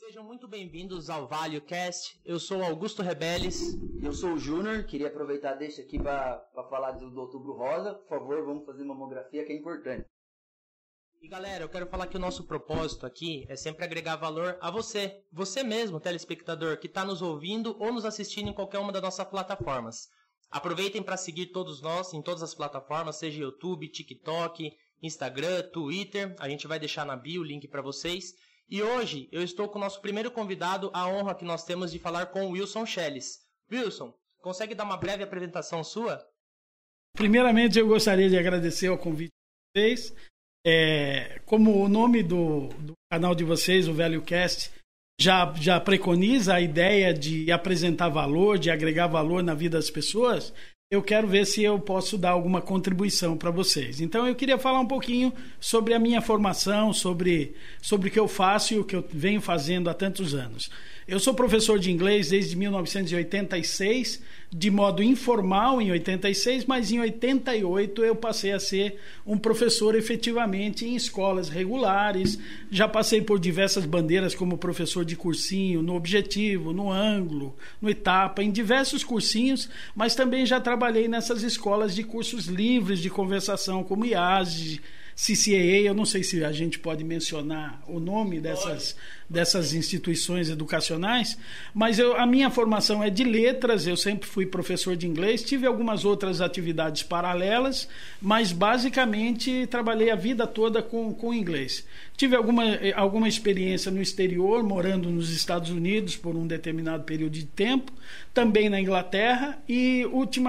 Sejam muito bem-vindos ao ValioCast. Eu sou Augusto Rebeles. Eu sou o Júnior. Queria aproveitar deixa aqui para falar do Outubro Rosa. Por favor, vamos fazer uma mamografia que é importante. E galera, eu quero falar que o nosso propósito aqui é sempre agregar valor a você. Você mesmo, telespectador, que está nos ouvindo ou nos assistindo em qualquer uma das nossas plataformas. Aproveitem para seguir todos nós em todas as plataformas, seja YouTube, TikTok, Instagram, Twitter. A gente vai deixar na bio o link para vocês. E hoje eu estou com o nosso primeiro convidado, a honra que nós temos de falar com o Wilson Schelles. Wilson, consegue dar uma breve apresentação sua? Primeiramente, eu gostaria de agradecer ao convite de vocês. Como o nome do canal de vocês, o ValioCast, já preconiza a ideia de apresentar valor, de agregar valor na vida das pessoas, eu quero ver se eu posso dar alguma contribuição para vocês. Então, eu queria falar um pouquinho sobre a minha formação, sobre o que eu faço e o que eu venho fazendo há tantos anos. Eu sou professor de inglês desde 1986, de modo informal em 86, mas em 88 eu passei a ser um professor efetivamente em escolas regulares. Já passei por diversas bandeiras como professor de cursinho, no Objetivo, no Ângulo, no Etapa, em diversos cursinhos, mas também já trabalhei nessas escolas de cursos livres de conversação como IASG, CCAA. Eu não sei se a gente pode mencionar o nome dessas instituições educacionais, mas a minha formação é de letras. Eu sempre fui professor de inglês, tive algumas outras atividades paralelas, mas basicamente trabalhei a vida toda com inglês. Tive alguma experiência no exterior, morando nos Estados Unidos por um determinado período de tempo, também na Inglaterra, e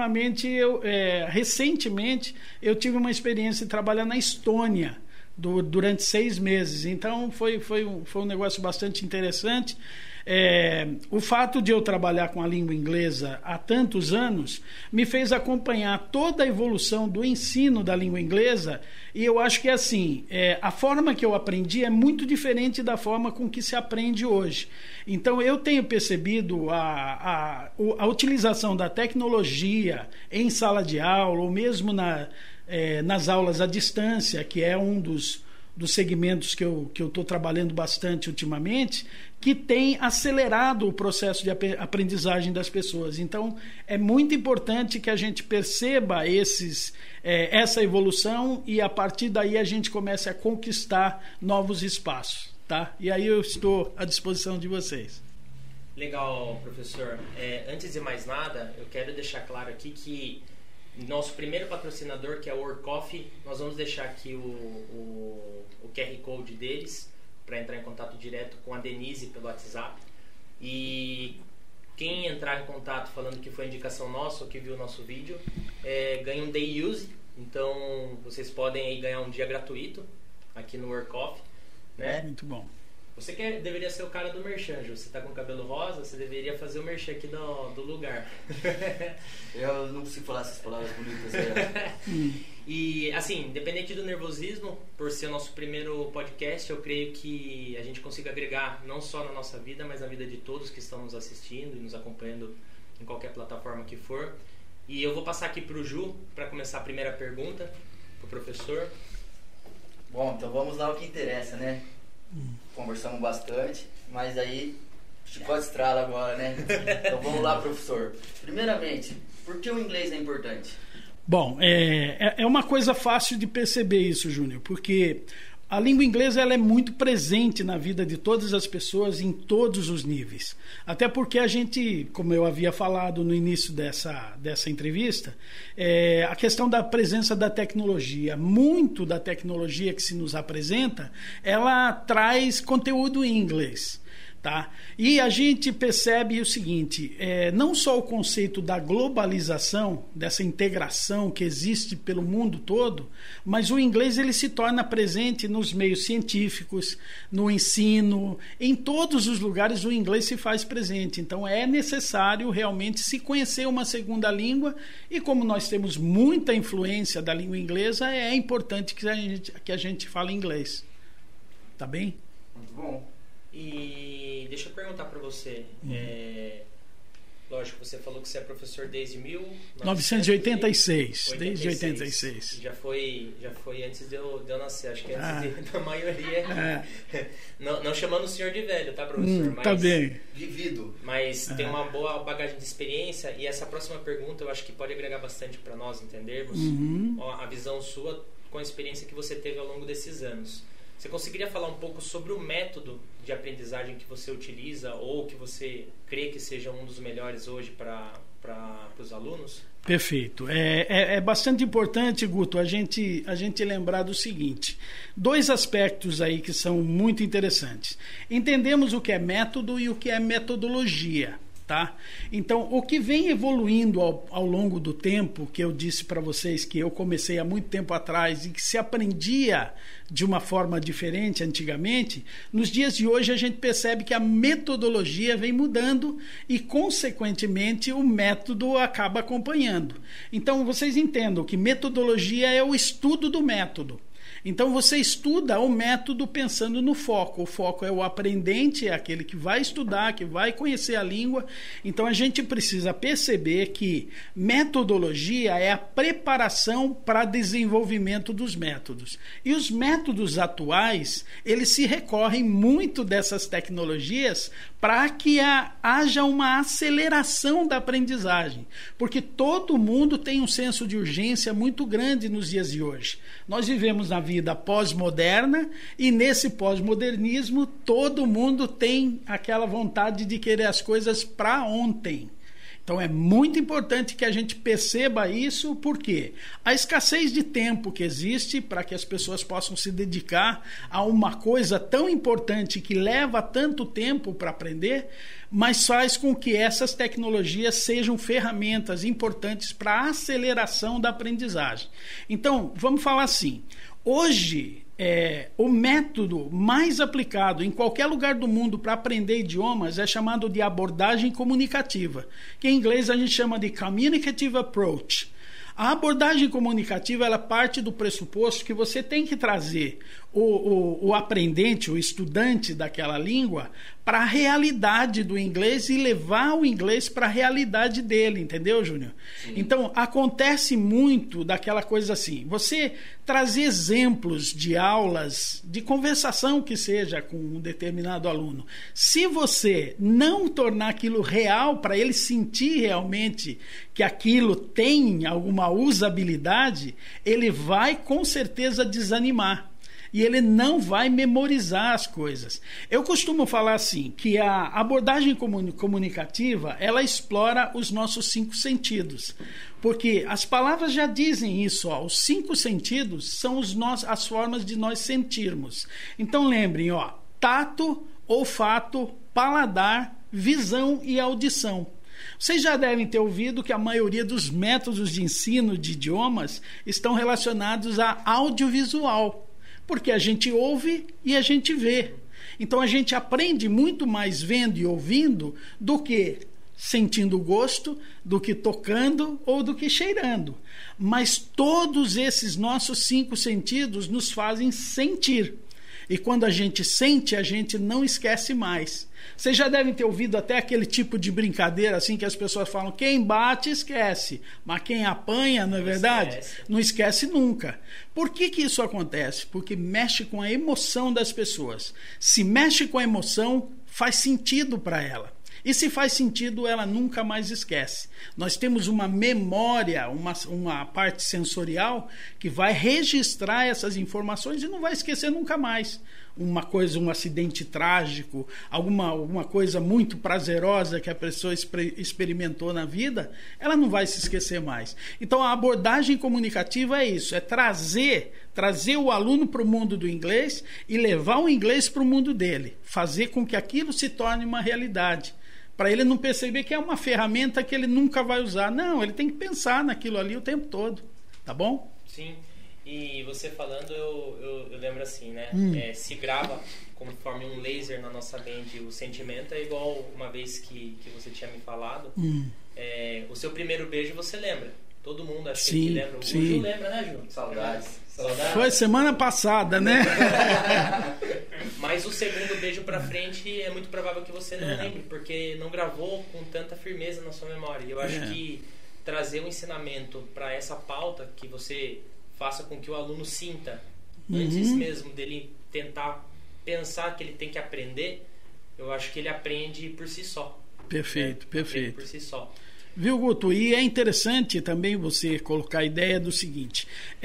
recentemente eu tive uma experiência de trabalhar na Estônia durante 6 meses. Então foi um negócio bastante interessante. O fato de eu trabalhar com a língua inglesa há tantos anos me fez acompanhar toda a evolução do ensino da língua inglesa, e eu acho que a forma que eu aprendi é muito diferente da forma com que se aprende hoje. Então eu tenho percebido a utilização da tecnologia em sala de aula, ou mesmo nas aulas à distância, que é um dos segmentos que eu estou trabalhando bastante ultimamente, que tem acelerado o processo de aprendizagem das pessoas. Então, é muito importante que a gente perceba essa evolução, e a partir daí a gente comece a conquistar novos espaços. Tá? E aí eu estou à disposição de vocês. Legal, professor. Antes de mais nada, eu quero deixar claro aqui que nosso primeiro patrocinador, que é o World Coffee, nós vamos deixar aqui o QR Code deles para entrar em contato direto com a Denise pelo WhatsApp. E quem entrar em contato falando que foi indicação nossa ou que viu o nosso vídeo, ganha um day use. Então vocês podem aí ganhar um dia gratuito aqui no World Coffee, né? Muito bom. Você deveria ser o cara do merchan, Ju. Você tá com cabelo rosa, você deveria fazer o merchan aqui do lugar. Eu não consigo falar essas palavras bonitas aí. E, assim, independente do nervosismo, por ser o nosso primeiro podcast, eu creio que a gente consiga agregar não só na nossa vida, mas na vida de todos que estão nos assistindo e nos acompanhando em qualquer plataforma que for. E eu vou passar aqui pro Ju para começar a primeira pergunta pro professor. Bom, então vamos lá ao que interessa, né? Conversamos bastante, mas aí o chicote estrala agora, né? Então vamos lá, professor. Primeiramente, por que o inglês é importante? Bom, é uma coisa fácil de perceber isso, Júnior, porque a língua inglesa ela é muito presente na vida de todas as pessoas em todos os níveis. Até porque a gente, como eu havia falado no início dessa entrevista, a questão da presença da tecnologia. Muito da tecnologia que se nos apresenta, ela traz conteúdo em inglês. Tá? E a gente percebe o seguinte, não só o conceito da globalização, dessa integração que existe pelo mundo todo, mas o inglês ele se torna presente nos meios científicos, no ensino, em todos os lugares o inglês se faz presente. Então é necessário realmente se conhecer uma segunda língua, e como nós temos muita influência da língua inglesa, é importante que a gente fale inglês. Tá bem? Muito bom. E deixa eu perguntar para você, Lógico, você falou que você é professor desde 1986. Desde 86. Já foi antes de eu nascer, acho que antes da maioria. Não chamando o senhor de velho, tá, professor? Mas, tá bem. Vivido. Mas tem uma boa bagagem de experiência, e essa próxima pergunta eu acho que pode agregar bastante para nós entendermos a visão sua com a experiência que você teve ao longo desses anos. Você conseguiria falar um pouco sobre o método de aprendizagem que você utiliza ou que você crê que seja um dos melhores hoje para os alunos? Perfeito. É bastante importante, Guto, a gente lembrar do seguinte: 2 aspectos aí que são muito interessantes. Entendemos o que é método e o que é metodologia. Tá? Então, o que vem evoluindo ao longo do tempo, que eu disse para vocês que eu comecei há muito tempo atrás e que se aprendia de uma forma diferente antigamente, nos dias de hoje a gente percebe que a metodologia vem mudando e, consequentemente, o método acaba acompanhando. Então, vocês entendam que metodologia é o estudo do método. Então você estuda o método pensando no foco. O foco é o aprendente, é aquele que vai estudar, que vai conhecer a língua. Então a gente precisa perceber que metodologia é a preparação para desenvolvimento dos métodos. E os métodos atuais, eles se recorrem muito dessas tecnologias para que haja uma aceleração da aprendizagem. Porque todo mundo tem um senso de urgência muito grande nos dias de hoje. Nós vivemos na vida pós-moderna e nesse pós-modernismo todo mundo tem aquela vontade de querer as coisas para ontem. Então é muito importante que a gente perceba isso, porque a escassez de tempo que existe para que as pessoas possam se dedicar a uma coisa tão importante que leva tanto tempo para aprender, mas faz com que essas tecnologias sejam ferramentas importantes para a aceleração da aprendizagem. Então, vamos falar assim, hoje o método mais aplicado em qualquer lugar do mundo para aprender idiomas é chamado de abordagem comunicativa, que em inglês a gente chama de Communicative Approach. A abordagem comunicativa, ela parte do pressuposto que você tem que trazer o aprendente, o estudante daquela língua, para a realidade do inglês e levar o inglês para a realidade dele, entendeu, Júnior? Sim. Então, acontece muito daquela coisa assim, você trazer exemplos de aulas, de conversação que seja com um determinado aluno. Se você não tornar aquilo real, para ele sentir realmente que aquilo tem alguma usabilidade, ele vai com certeza desanimar. E ele não vai memorizar as coisas. Eu costumo falar assim, que a abordagem comunicativa, ela explora os nossos 5 sentidos. Porque as palavras já dizem isso, ó, os 5 sentidos são as formas de nós sentirmos. Então lembrem, ó, tato, olfato, paladar, visão e audição. Vocês já devem ter ouvido que a maioria dos métodos de ensino de idiomas estão relacionados a audiovisual. Porque a gente ouve e a gente vê. Então a gente aprende muito mais vendo e ouvindo do que sentindo gosto, do que tocando ou do que cheirando. Mas todos esses nossos 5 sentidos nos fazem sentir. E quando a gente sente, a gente não esquece mais. Vocês já devem ter ouvido até aquele tipo de brincadeira assim que as pessoas falam, quem bate esquece, mas quem apanha, não é verdade? Não esquece nunca. Por que isso acontece? Porque mexe com a emoção das pessoas. Se mexe com a emoção, faz sentido para ela. E se faz sentido, ela nunca mais esquece. Nós temos uma memória, uma parte sensorial que vai registrar essas informações e não vai esquecer nunca mais. Uma coisa, um acidente trágico, alguma coisa muito prazerosa que a pessoa experimentou na vida, ela não vai se esquecer mais. Então a abordagem comunicativa é isso, é trazer o aluno para o mundo do inglês e levar o inglês para o mundo dele, fazer com que aquilo se torne uma realidade. Para ele não perceber que é uma ferramenta que ele nunca vai usar. Não, ele tem que pensar naquilo ali o tempo todo. Tá bom? Sim. E você falando, eu lembro assim, né? Se grava conforme um laser na nossa mente o sentimento, é igual uma vez que você tinha me falado. O seu primeiro beijo você lembra. Todo mundo, acho Sim, que lembra. sim. O Ju lembra, né, Ju? Saudades. Foi semana passada, né? Mas o segundo beijo pra frente é muito provável que você não lembre, porque não gravou com tanta firmeza na sua memória. E eu acho que trazer um ensinamento para essa pauta, que você faça com que o aluno sinta, antes mesmo dele tentar pensar que ele tem que aprender, eu acho que ele aprende por si só. Perfeito, perfeito. Por si só. Viu, Guto? E é interessante também você colocar a ideia do seguinte,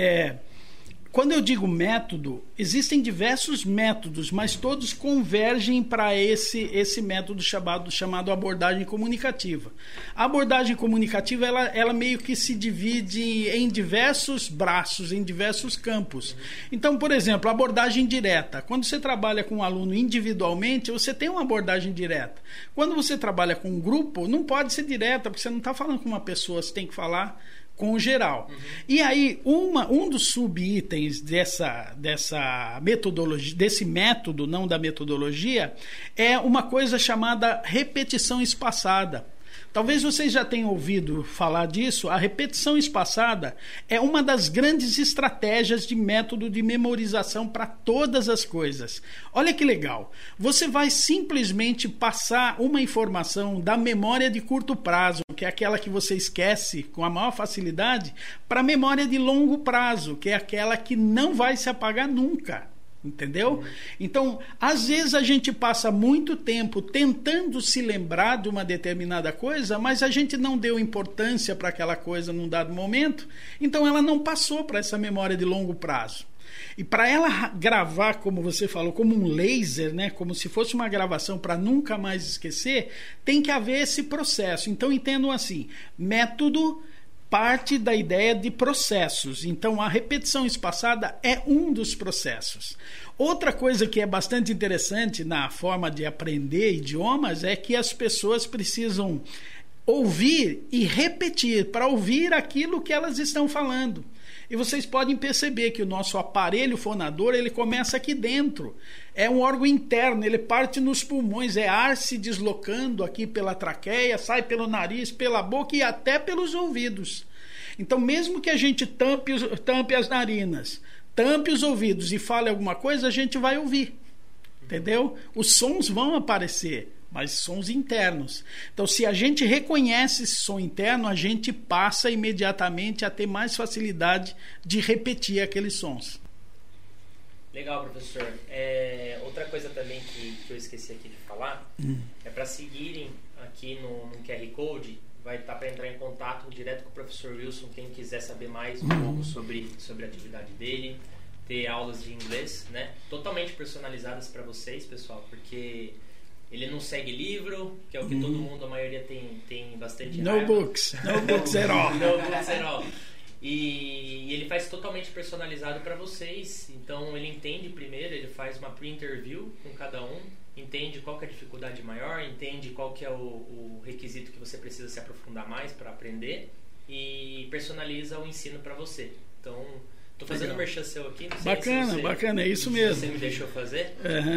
quando eu digo método, existem diversos métodos, mas todos convergem para esse método chamado abordagem comunicativa. A abordagem comunicativa, ela meio que se divide em diversos braços, em diversos campos. Então, por exemplo, a abordagem direta. Quando você trabalha com um aluno individualmente, você tem uma abordagem direta. Quando você trabalha com um grupo, não pode ser direta, porque você não está falando com uma pessoa, você tem que falar com o geral. E aí, um dos subitens dessa metodologia, desse método, não da metodologia, é uma coisa chamada repetição espaçada. Talvez vocês já tenham ouvido falar disso. A repetição espaçada é uma das grandes estratégias de método de memorização para todas as coisas. Olha que legal. Você vai simplesmente passar uma informação da memória de curto prazo, que é aquela que você esquece com a maior facilidade, para a memória de longo prazo, que é aquela que não vai se apagar nunca. Entendeu? Então, às vezes a gente passa muito tempo tentando se lembrar de uma determinada coisa, mas a gente não deu importância para aquela coisa num dado momento, então ela não passou para essa memória de longo prazo. E para ela gravar, como você falou, como um laser, né? Como se fosse uma gravação para nunca mais esquecer, tem que haver esse processo. Então, entendam assim, método parte da ideia de processos. Então, a repetição espaçada é um dos processos. Outra coisa que é bastante interessante na forma de aprender idiomas é que as pessoas precisam ouvir e repetir para ouvir aquilo que elas estão falando. E vocês podem perceber que o nosso aparelho fonador, ele começa aqui dentro. É um órgão interno, ele parte nos pulmões, é ar se deslocando aqui pela traqueia, sai pelo nariz, pela boca e até pelos ouvidos. Então, mesmo que a gente tampe as narinas, tampe os ouvidos e fale alguma coisa, a gente vai ouvir. Entendeu? Os sons vão aparecer, mas sons internos. Então, se a gente reconhece esse som interno, a gente passa imediatamente a ter mais facilidade de repetir aqueles sons. Legal, professor. Outra coisa também que eu esqueci aqui de falar, é para seguirem aqui no QR Code, vai estar para entrar em contato direto com o professor Wilson, quem quiser saber mais um pouco sobre a atividade dele, ter aulas de inglês, né? Totalmente personalizadas para vocês, pessoal, porque ele não segue livro, que é o que todo mundo, a maioria tem bastante No raiva. books at all. No books at all. E ele faz totalmente personalizado para vocês. Então ele entende primeiro, ele faz uma pre-interview com cada um, entende qual que é a dificuldade maior, entende qual que é o requisito que você precisa se aprofundar mais para aprender e personaliza o ensino para você. Então, estou fazendo um merchan seu aqui. Não sei Bacana, é isso mesmo. Você me deixou fazer.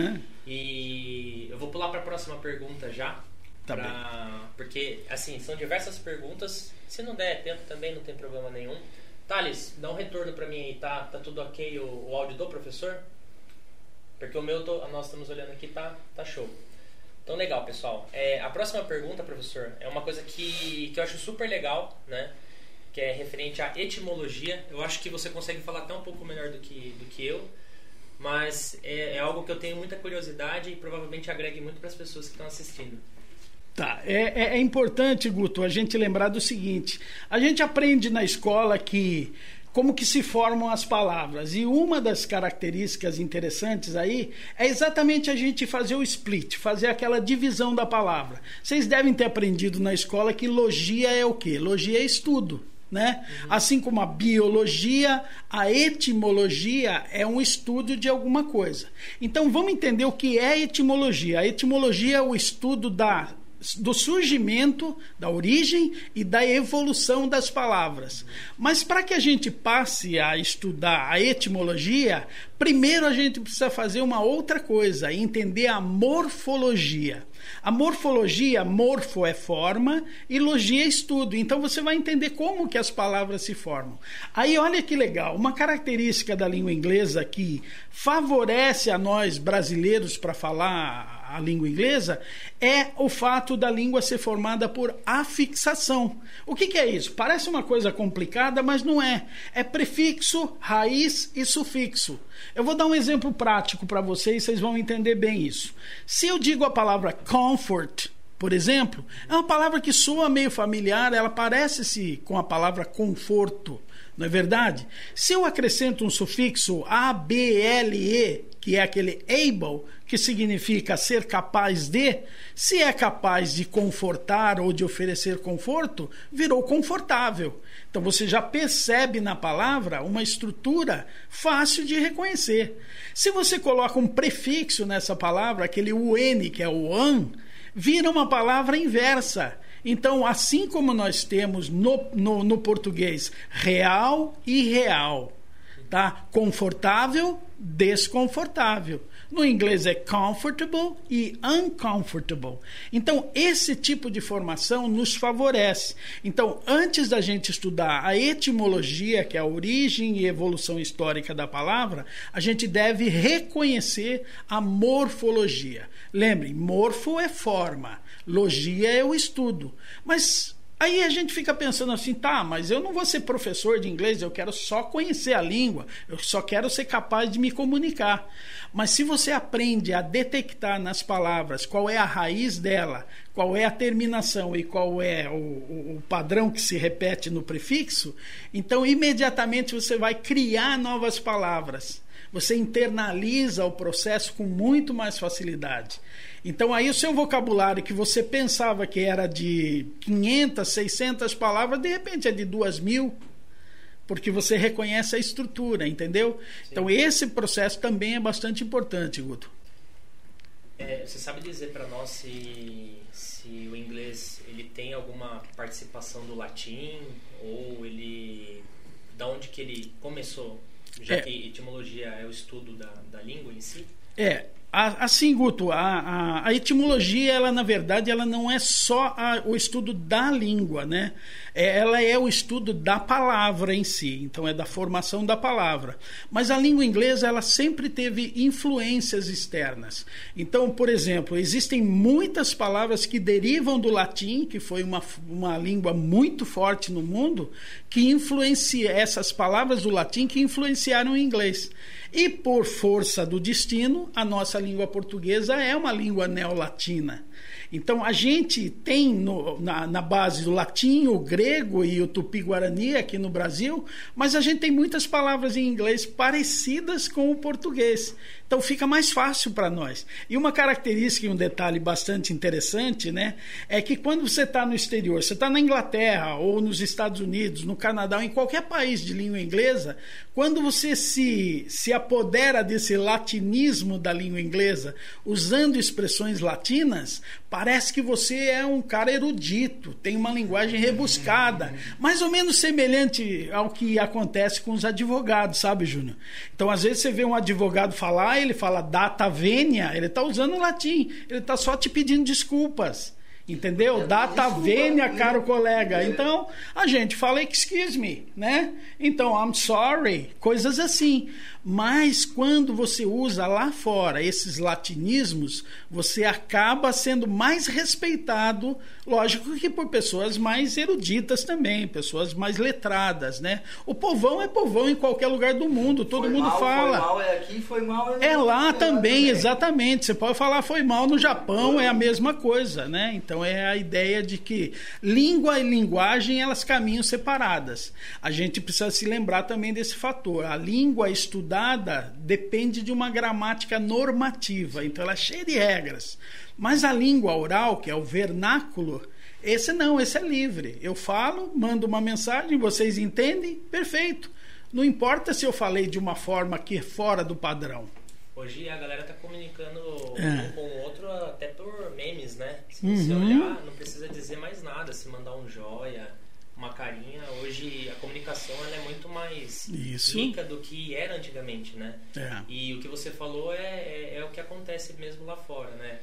E eu vou pular para a próxima pergunta já. Tá bem. Porque, assim, são diversas perguntas. Se não der tempo também, não tem problema nenhum. Thales, dá um retorno para mim aí. Tá tudo ok o áudio do professor? Porque o meu, nós estamos olhando aqui, tá show. Então, legal, pessoal. A próxima pergunta, professor, é uma coisa que eu acho super legal, né? Que é referente à etimologia. Eu acho que você consegue falar até um pouco melhor do que eu, mas é algo que eu tenho muita curiosidade e provavelmente agregue muito para as pessoas que estão assistindo. Tá, é importante, Guto, a gente lembrar do seguinte: a gente aprende na escola como que se formam as palavras, e uma das características interessantes aí é exatamente a gente fazer o split, fazer aquela divisão da palavra. Vocês devem ter aprendido na escola que logia é o quê? Logia é estudo, né? Assim como a biologia, a etimologia é um estudo de alguma coisa. Então vamos entender o que é etimologia. A etimologia é o estudo da do surgimento, da origem e da evolução das palavras. Mas para que a gente passe a estudar a etimologia, primeiro a gente precisa fazer uma outra coisa, entender a morfologia. A morfologia, morfo é forma e logia é estudo. Então você vai entender como que as palavras se formam. Aí olha que legal, uma característica da língua inglesa que favorece a nós brasileiros para falar a língua inglesa é o fato da língua ser formada por afixação. O que é isso? Parece uma coisa complicada, mas não é. É prefixo, raiz e sufixo. Eu vou dar um exemplo prático para vocês vão entender bem isso. Se eu digo a palavra comfort, por exemplo, é uma palavra que soa meio familiar, ela parece-se com a palavra conforto, não é verdade? Se eu acrescento um sufixo able, que é aquele able, que significa ser capaz de, se é capaz de confortar ou de oferecer conforto, virou confortável. Então você já percebe na palavra uma estrutura fácil de reconhecer. Se você coloca um prefixo nessa palavra, aquele UN, que é o an, vira uma palavra inversa. Então, assim como nós temos no português real e irreal, tá? Confortável, desconfortável. No inglês é comfortable e uncomfortable. Então, esse tipo de formação nos favorece. Então, antes da gente estudar a etimologia, que é a origem e evolução histórica da palavra, a gente deve reconhecer a morfologia. Lembre, morfo é forma, logia é o estudo. Mas aí a gente fica pensando assim, tá, mas eu não vou ser professor de inglês, eu quero só conhecer a língua, eu só quero ser capaz de me comunicar. Mas se você aprende a detectar nas palavras qual é a raiz dela, qual é a terminação e qual é o padrão que se repete no prefixo, então imediatamente você vai criar novas palavras. Você internaliza o processo com muito mais facilidade. Então aí o seu vocabulário que você pensava que era de 500, 600 palavras, de repente é de 2.000, porque você reconhece a estrutura, entendeu? Sim. Então esse processo também é bastante importante, Guto. Você sabe dizer para nós se o inglês ele tem alguma participação do latim, ou ele, da onde que ele começou, já que etimologia é o estudo da língua em si? Assim, Guto, a etimologia, ela na verdade, ela não é só o estudo da língua, né? Ela é o estudo da palavra em si, então é da formação da palavra. Mas a língua inglesa, ela sempre teve influências externas. Então, por exemplo, existem muitas palavras que derivam do latim, que foi uma língua muito forte no mundo, que essas palavras do latim que influenciaram o inglês. E por força do destino, a nossa língua portuguesa é uma língua neolatina. Então a gente tem na base do latim, o grego e o tupi-guarani aqui no Brasil, mas a gente tem muitas palavras em inglês parecidas com o português. Então fica mais fácil para nós. E uma característica e um detalhe bastante interessante, né, é que quando você está no exterior, você está na Inglaterra ou nos Estados Unidos, no Canadá ou em qualquer país de língua inglesa, quando você se apodera desse latinismo da língua inglesa, usando expressões latinas, parece que você é um cara erudito, tem uma linguagem rebuscada, mais ou menos semelhante ao que acontece com os advogados, sabe, Júnior? Então, às vezes você vê um advogado falar, ele fala data venia, ele está usando o latim, ele está só te pedindo desculpas. Entendeu? Data venia, caro colega. Então, a gente fala excuse me, né? Então, I'm sorry, coisas assim. Mas quando você usa lá fora esses latinismos, você acaba sendo mais respeitado, lógico que por pessoas mais eruditas também, pessoas mais letradas, né? O povão é povão em qualquer lugar do mundo, todo mundo fala. Foi mal é aqui, foi mal é lá também, exatamente. Você pode falar foi mal no Japão, é a mesma coisa, né? Então é a ideia de que língua e linguagem, elas caminham separadas. A gente precisa se lembrar também desse fator. A língua estudada depende de uma gramática normativa, então ela é cheia de regras. Mas a língua oral, que é o vernáculo, esse é livre. Eu falo, mando uma mensagem, vocês entendem? Perfeito. Não importa se eu falei de uma forma que é fora do padrão. Hoje a galera tá comunicando um com o outro até por memes, né? Se você olhar, não precisa dizer mais nada. Se mandar um joia, uma carinha, hoje a comunicação ela é muito mais rica do que era antigamente, né? E o que você falou é o que acontece mesmo lá fora, né?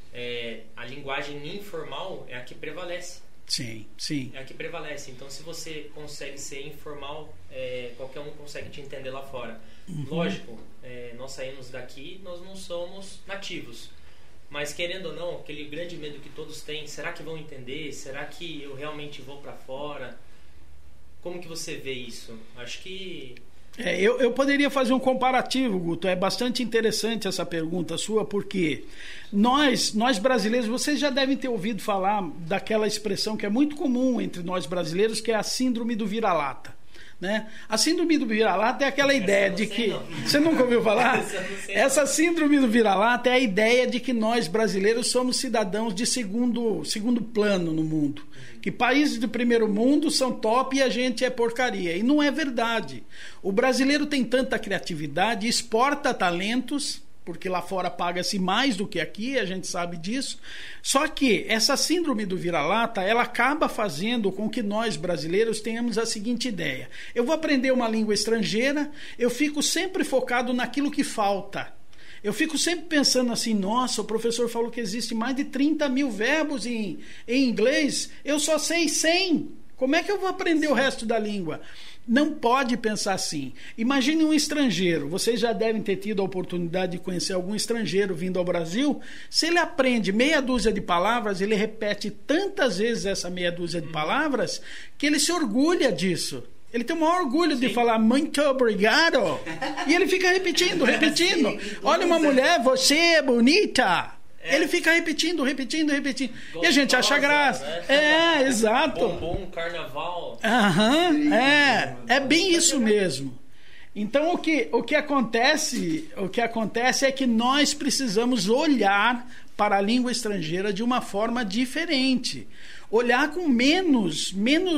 A linguagem informal é a que prevalece. Sim. É a que prevalece. Então, se você consegue ser informal, qualquer um consegue te entender lá fora. Lógico, nós saímos daqui, nós não somos nativos. Mas, querendo ou não, aquele grande medo que todos têm, será que vão entender? Será que eu realmente vou para fora? Como que você vê isso? Acho que... Eu poderia fazer um comparativo, Guto. É bastante interessante essa pergunta sua, porque nós brasileiros, vocês já devem ter ouvido falar daquela expressão que é muito comum entre nós brasileiros, que é a síndrome do vira-lata. Né? A síndrome do vira-lata é aquela ideia de que... Você nunca ouviu falar? Essa síndrome do vira-lata é a ideia de que nós brasileiros somos cidadãos de segundo plano no mundo. Que países do primeiro mundo são top e a gente é porcaria. E não é verdade. O brasileiro tem tanta criatividade, exporta talentos, porque lá fora paga-se mais do que aqui, a gente sabe disso. Só que essa síndrome do vira-lata, ela acaba fazendo com que nós brasileiros tenhamos a seguinte ideia: eu vou aprender uma língua estrangeira, eu fico sempre focado naquilo que falta. Eu fico sempre pensando assim, nossa, o professor falou que existe mais de 30 mil verbos em inglês, eu só sei 100. Como é que eu vou aprender o resto da língua? Não pode pensar assim. Imagine um estrangeiro. Vocês já devem ter tido a oportunidade de conhecer algum estrangeiro vindo ao Brasil. Se ele aprende meia dúzia de palavras, ele repete tantas vezes essa meia dúzia de palavras que ele se orgulha disso. Ele tem o maior orgulho de falar muito obrigado. E ele fica repetindo. Olha uma mulher, você é bonita. Ele fica repetindo. Gostosa, e a gente acha graça. Né? Exato. Bombom, carnaval. É bem isso mesmo. Então o que acontece é que nós precisamos olhar para a língua estrangeira de uma forma diferente. Olhar com menos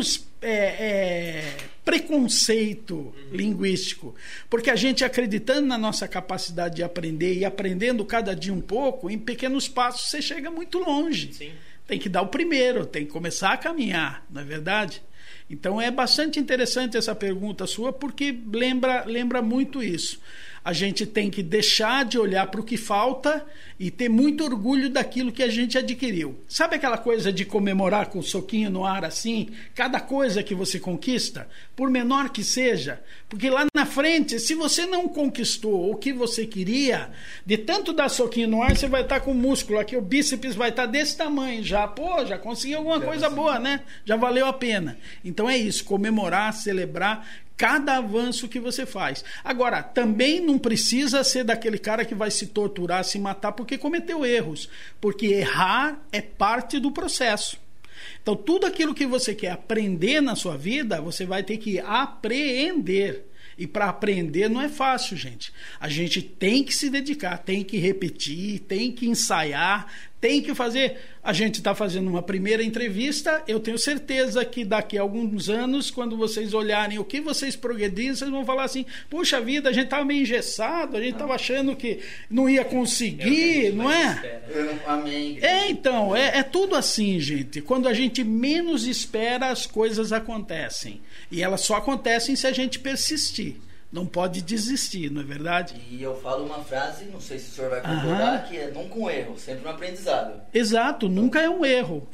preconceito linguístico, porque a gente, acreditando na nossa capacidade de aprender e aprendendo cada dia um pouco, em pequenos passos você chega muito longe. Sim. Tem que dar o primeiro, tem que começar a caminhar, não é verdade? Então é bastante interessante essa pergunta sua, porque lembra muito isso. A gente tem que deixar de olhar para o que falta e ter muito orgulho daquilo que a gente adquiriu. Sabe aquela coisa de comemorar com o soquinho no ar assim? Cada coisa que você conquista, por menor que seja, porque lá na frente, se você não conquistou o que você queria, de tanto dar soquinho no ar, você vai estar com o músculo aqui, o bíceps vai estar desse tamanho já. Pô, já consegui alguma coisa boa, né? Já valeu a pena. Então é isso, comemorar, celebrar cada avanço que você faz. Agora, também não precisa ser daquele cara que vai se torturar, se matar porque cometeu erros, porque errar é parte do processo. Então, tudo aquilo que você quer aprender na sua vida, você vai ter que apreender. E para aprender não é fácil, gente. A gente tem que se dedicar, tem que repetir, tem que ensaiar, tem que fazer. A gente está fazendo uma primeira entrevista. Eu tenho certeza que daqui a alguns anos, quando vocês olharem o que vocês progrediram, vocês vão falar assim: puxa vida, a gente estava meio engessado, a gente estava achando que não ia conseguir, não é? Amém. Então, é tudo assim, gente. Quando a gente menos espera, as coisas acontecem. E elas só acontecem se a gente persistir. Não pode desistir, não é verdade? E eu falo uma frase, não sei se o senhor vai concordar, que é nunca um erro, sempre um aprendizado. Exato, nunca é um erro.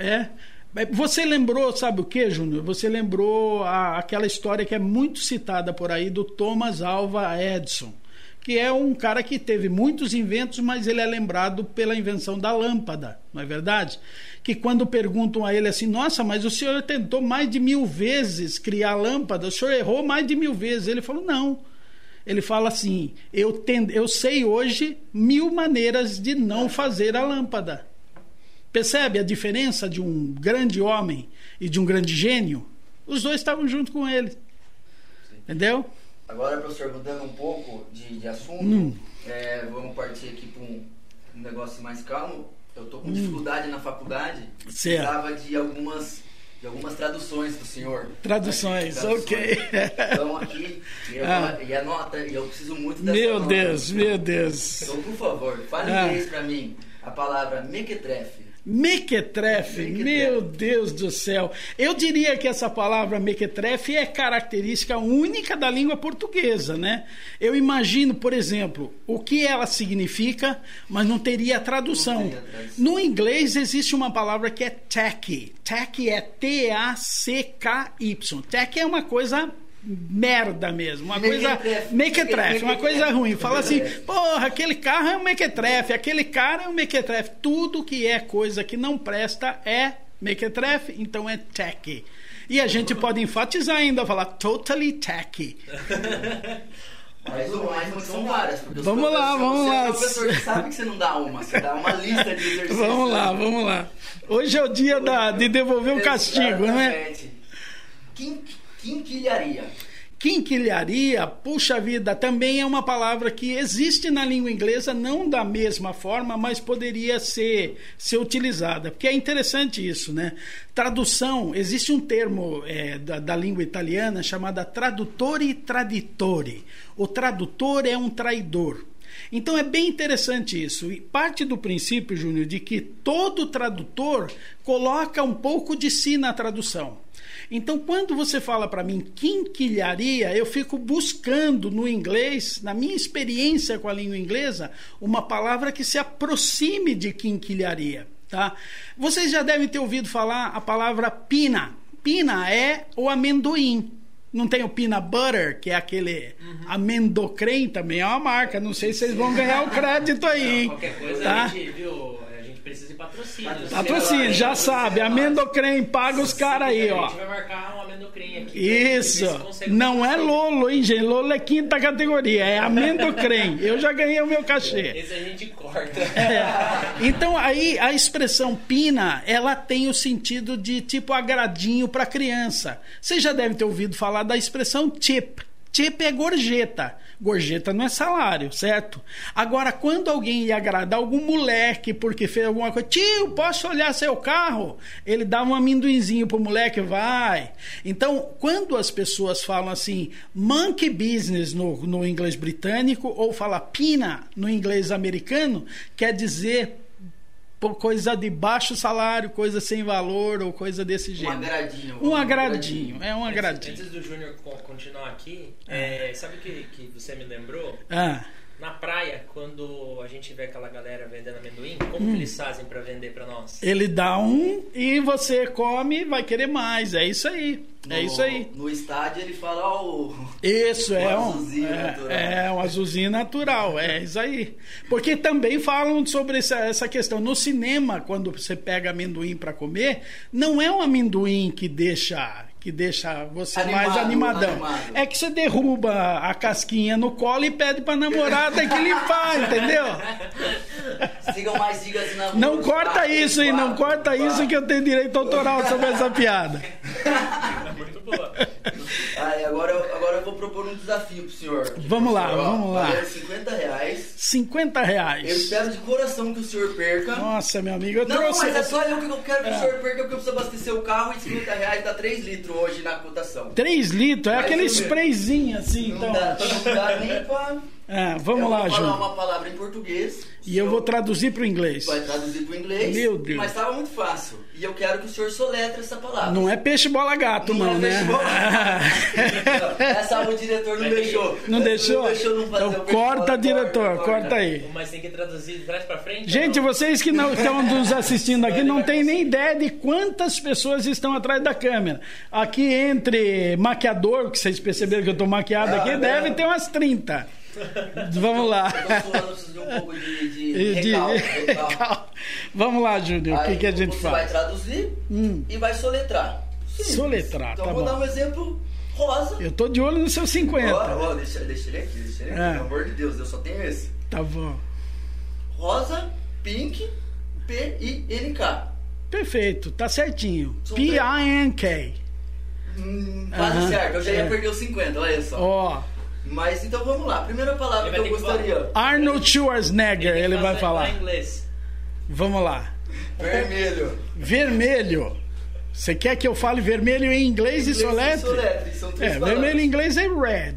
Você lembrou, sabe o que, Júnior? Você lembrou aquela história que é muito citada por aí do Thomas Alva Edison, que é um cara que teve muitos inventos, mas ele é lembrado pela invenção da lâmpada, não é verdade? Que quando perguntam a ele assim: nossa, mas o senhor tentou mais de 1000 vezes criar a lâmpada, o senhor errou mais de 1000 vezes. Ele falou: não. Ele fala assim: eu sei hoje 1000 maneiras de não fazer a lâmpada. Percebe a diferença de um grande homem e de um grande gênio? Os dois estavam junto com ele. Sim. Entendeu? Agora, professor, mudando um pouco de assunto, vamos partir aqui para um negócio mais calmo. Eu estou com dificuldade na faculdade. Precisava de algumas traduções do senhor. Traduções, ok. Então aqui, e a nota, eu preciso muito dessa nota. Meu Deus. Então, por favor, fale em inglês para mim a palavra mequetrefe. Mequetrefe, meu Deus do céu. Eu diria que essa palavra mequetrefe é característica única da língua portuguesa, né? Eu imagino, por exemplo, o que ela significa, mas não teria tradução. No inglês existe uma palavra que é tacky. Tacky é T-A-C-K-Y. Tacky é uma coisa merda mesmo, uma coisa mequetrefe, uma coisa ruim. Fala assim, porra, aquele carro é um mequetrefe, aquele cara é um mequetrefe. Tudo que é coisa que não presta é mequetrefe, então é tacky. E a gente pode enfatizar ainda, falar totally tacky. Mas são várias. Vamos lá. O professor sabe que você não dá uma, você dá uma lista de exercícios. Vamos lá. Hoje é o dia de devolver o castigo, né? Quinquilharia. Quinquilharia, puxa vida, também é uma palavra que existe na língua inglesa, não da mesma forma, mas poderia ser utilizada. Porque é interessante isso, né? Tradução, existe um termo da língua italiana chamada tradutore traditore. O tradutor é um traidor. Então é bem interessante isso. E parte do princípio, Júnior, de que todo tradutor coloca um pouco de si na tradução. Então, quando você fala para mim quinquilharia, eu fico buscando no inglês, na minha experiência com a língua inglesa, uma palavra que se aproxime de quinquilharia. Tá? Vocês já devem ter ouvido falar a palavra pina. Pina é o amendoim. Não tem o peanut butter, que é aquele amendocrem, também é uma marca. Não sei se vocês vão ganhar o crédito aí, hein? Qualquer coisa, tá? a gente precisa de patrocínio. Patrocínio, já sabe. Amendocrem, paga os caras aí, ó. A gente vai marcar um amendocrem aqui. Isso. Não é Lolo, hein, gente? Lolo é 5ª categoria. É amendocrem. Eu já ganhei o meu cachê. Esse a gente corta. Então, aí, a expressão pina, ela tem o sentido de tipo agradinho para criança. Vocês já devem ter ouvido falar da expressão tip. Tip é gorjeta. Gorjeta não é salário, certo? Agora, quando alguém ia agradar algum moleque porque fez alguma coisa, tio, posso olhar seu carro? Ele dá um amendoinzinho pro moleque, vai. Então, quando as pessoas falam assim, monkey business no inglês britânico, ou fala pina no inglês americano, quer dizer coisa de baixo salário, coisa sem valor ou coisa desse jeito. Um agradinho. É um agradinho. Antes do Júnior continuar aqui, sabe o que você me lembrou? Na praia, quando a gente vê aquela galera vendendo amendoim, como que eles fazem para vender para nós? Ele dá um e você come, vai querer mais. É isso aí. Isso aí. No estádio ele fala, isso, um azulzinho natural. É isso aí. Porque também falam sobre essa questão. No cinema, quando você pega amendoim para comer, não é um amendoim que deixa você mais animadão. É que você derruba a casquinha no colo e pede pra namorada que limpar, entendeu? Sigam mais dicas na rua. Não corta isso, hein? Não corta isso que eu tenho direito autoral sobre essa piada. Muito boa. Agora eu vou propor um desafio pro senhor. Vamos lá. R$50. R$50. Eu espero de coração que o senhor perca. Nossa, meu amigo, mas é só eu que eu quero que o senhor perca, porque eu preciso abastecer o carro e R$50 dá 3 litros hoje na cotação. 3 litros? É aquele sprayzinho assim, não dá nem pra... vamos lá, Júnior. Eu vou falar uma palavra em português. E eu vou traduzir para o inglês. Vai traduzir para o inglês. Meu Deus. Mas estava muito fácil. E eu quero que o senhor soletre essa palavra. Não é peixe bola gato, não, né? Essa o diretor não deixou. Não deixou? Não deixou não fazer. Então corta, diretor, corta aí. Mas tem que traduzir de trás para frente? Gente, vocês que não estão nos assistindo aqui não têm nem ideia de quantas pessoas estão atrás da câmera. Aqui entre maquiador, que vocês perceberam que eu estou maquiado aqui, deve ter umas 30. Vamos lá. Vamos lá, Júnior. O que a gente faz? Você vai traduzir e vai soletrar. Simples. Soletrar, então tá vou bom. dar um exemplo rosa. Eu tô de olho no seu 50. Deixa ele aqui, pelo amor de Deus, eu só tenho esse. Tá bom. Rosa, pink, P-I-N-K. Perfeito, tá certinho. P-I-N-K. Quase certo, eu já ia perder os 50, olha só. Mas então vamos lá. Primeira palavra que eu gostaria. Arnold Schwarzenegger, ele vai falar. Em inglês. Vamos lá. Vermelho. Vermelho. Você quer que eu fale vermelho em inglês e soletre? São 3 palavras. Vermelho em inglês é red.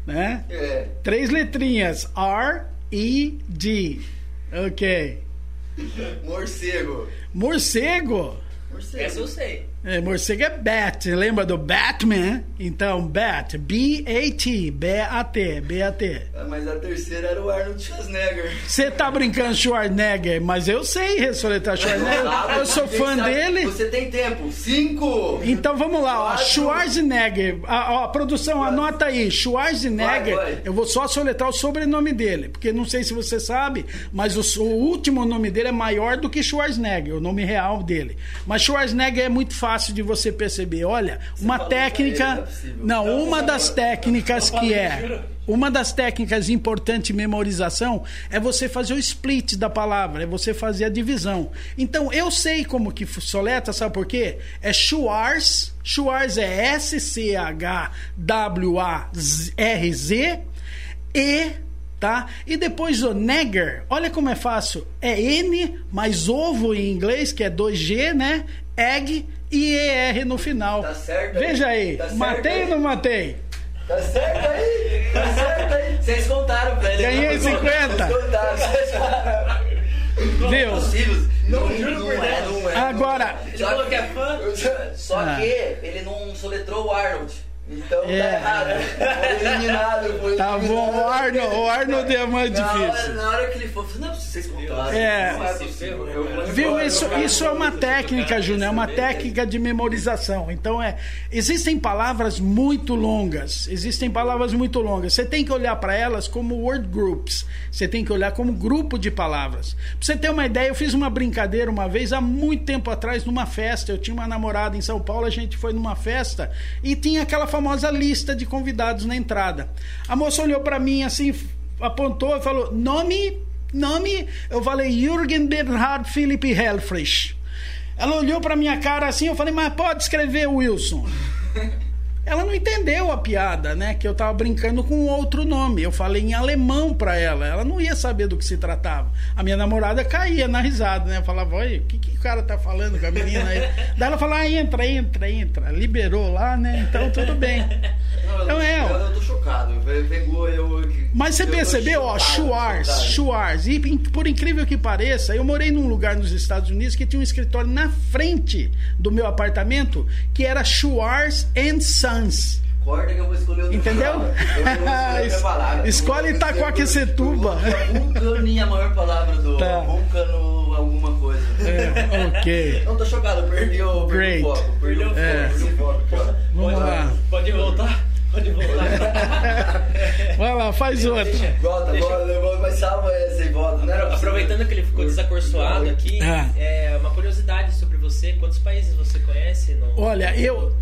Né? 3 letrinhas. R-E-D. Ok. Morcego. Morcego? Essa eu sei. Morcego é Bat, lembra do Batman? Então, Bat, B-A-T, B-A-T. Mas a terceira era o Arnold Schwarzenegger. Você tá brincando Schwarzenegger, mas eu sei soletrar Schwarzenegger, eu sou fã dele. Você tem tempo, 5. Então vamos lá, ó, Schwarzenegger, ó, produção, anota aí, Schwarzenegger, vai. Eu vou só soletrar o sobrenome dele, porque não sei se você sabe, mas o último nome dele é maior do que Schwarzenegger, o nome real dele. Mas Schwarzenegger é muito fácil de você perceber. Olha, uma técnica... Uma das técnicas que é... Uma das técnicas importantes de memorização é você fazer o split da palavra, é você fazer a divisão. Então, eu sei como que soletra, sabe por quê? É Schwarz, Schwarz é S-C-H-W-A-R-Z, E... Tá? E depois o Negger, olha como é fácil, é N mais ovo em inglês, que é 2G, né? Egg e ER no final. Tá certo aí. Veja aí, tá matei ou não matei? Tá certo aí, tá certo aí. Vocês contaram pra ele. Ganhei 50. Viu? Não é. Agora... Ele falou que é fã. Só que ele não soletrou o Arnold. Então tá errado. Foi eliminado. Tá bom, o Arnold é mais difícil. Na hora que ele falou, não, vocês contaram. Não é possível. Viu? Isso é uma técnica, Júnior, é uma técnica de memorização. Então, existem palavras muito longas. Você tem que olhar para elas como word groups. Você tem que olhar como grupo de palavras. Pra você ter uma ideia, eu fiz uma brincadeira uma vez, há muito tempo atrás, numa festa. Eu tinha uma namorada em São Paulo, a gente foi numa festa e tinha aquela famosa lista de convidados na entrada. A moça olhou para mim assim, apontou e falou, nome, eu falei Jürgen Bernhard Philipp Helfrich. Ela olhou para minha cara assim, eu falei, mas pode escrever Wilson. Ela não entendeu a piada, né? Que eu tava brincando com outro nome. Eu falei em alemão pra ela. Ela não ia saber do que se tratava. A minha namorada caía na risada, né? Eu falava, oi, o que o cara tá falando com a menina aí? Daí ela falou, entra. Liberou lá, né? Então tudo bem. Então eu tô chocado. Mas você percebeu, ó, Schwarz. E por incrível que pareça, eu morei num lugar nos Estados Unidos que tinha um escritório na frente do meu apartamento que era Schwarz & Sons. Corta que eu vou escolher outra. Entendeu? Escolhe Itacoaquecetuba. Vulcano, a maior palavra do vulcano, alguma coisa. Ok. Não, tô chocado, perdi o foco. Perdi o foco. Vamos lá. Pode voltar? Vai lá, faz outra. Volta, mas salva essa e volta, né? Aproveitando que ele ficou desacorçoado aqui, uma curiosidade sobre você. Quantos países você conhece? Olha, eu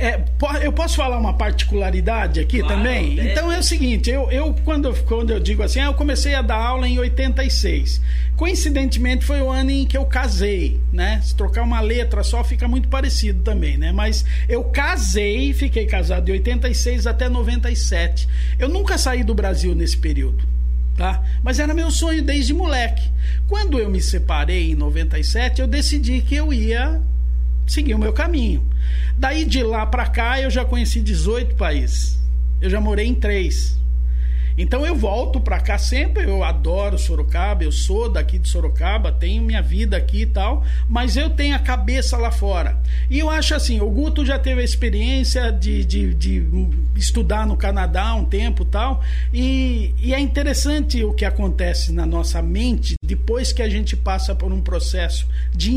posso falar uma particularidade aqui também? Deve. Então é o seguinte, quando eu digo assim, eu comecei a dar aula em 86. Coincidentemente foi o ano em que eu casei, né? Se trocar uma letra só fica muito parecido também, né? Mas eu casei, fiquei casado de 86 até 97. Eu nunca saí do Brasil nesse período, tá? Mas era meu sonho desde moleque. Quando eu me separei em 97, eu decidi que eu ia seguir o meu caminho. Daí de lá pra cá eu já conheci 18 países. Eu já morei em 3. Então eu volto pra cá sempre, eu adoro Sorocaba, eu sou daqui de Sorocaba, tenho minha vida aqui e tal, mas eu tenho a cabeça lá fora. E eu acho assim, o Guto já teve a experiência de estudar no Canadá um tempo e tal, e é interessante o que acontece na nossa mente depois que a gente passa por um processo de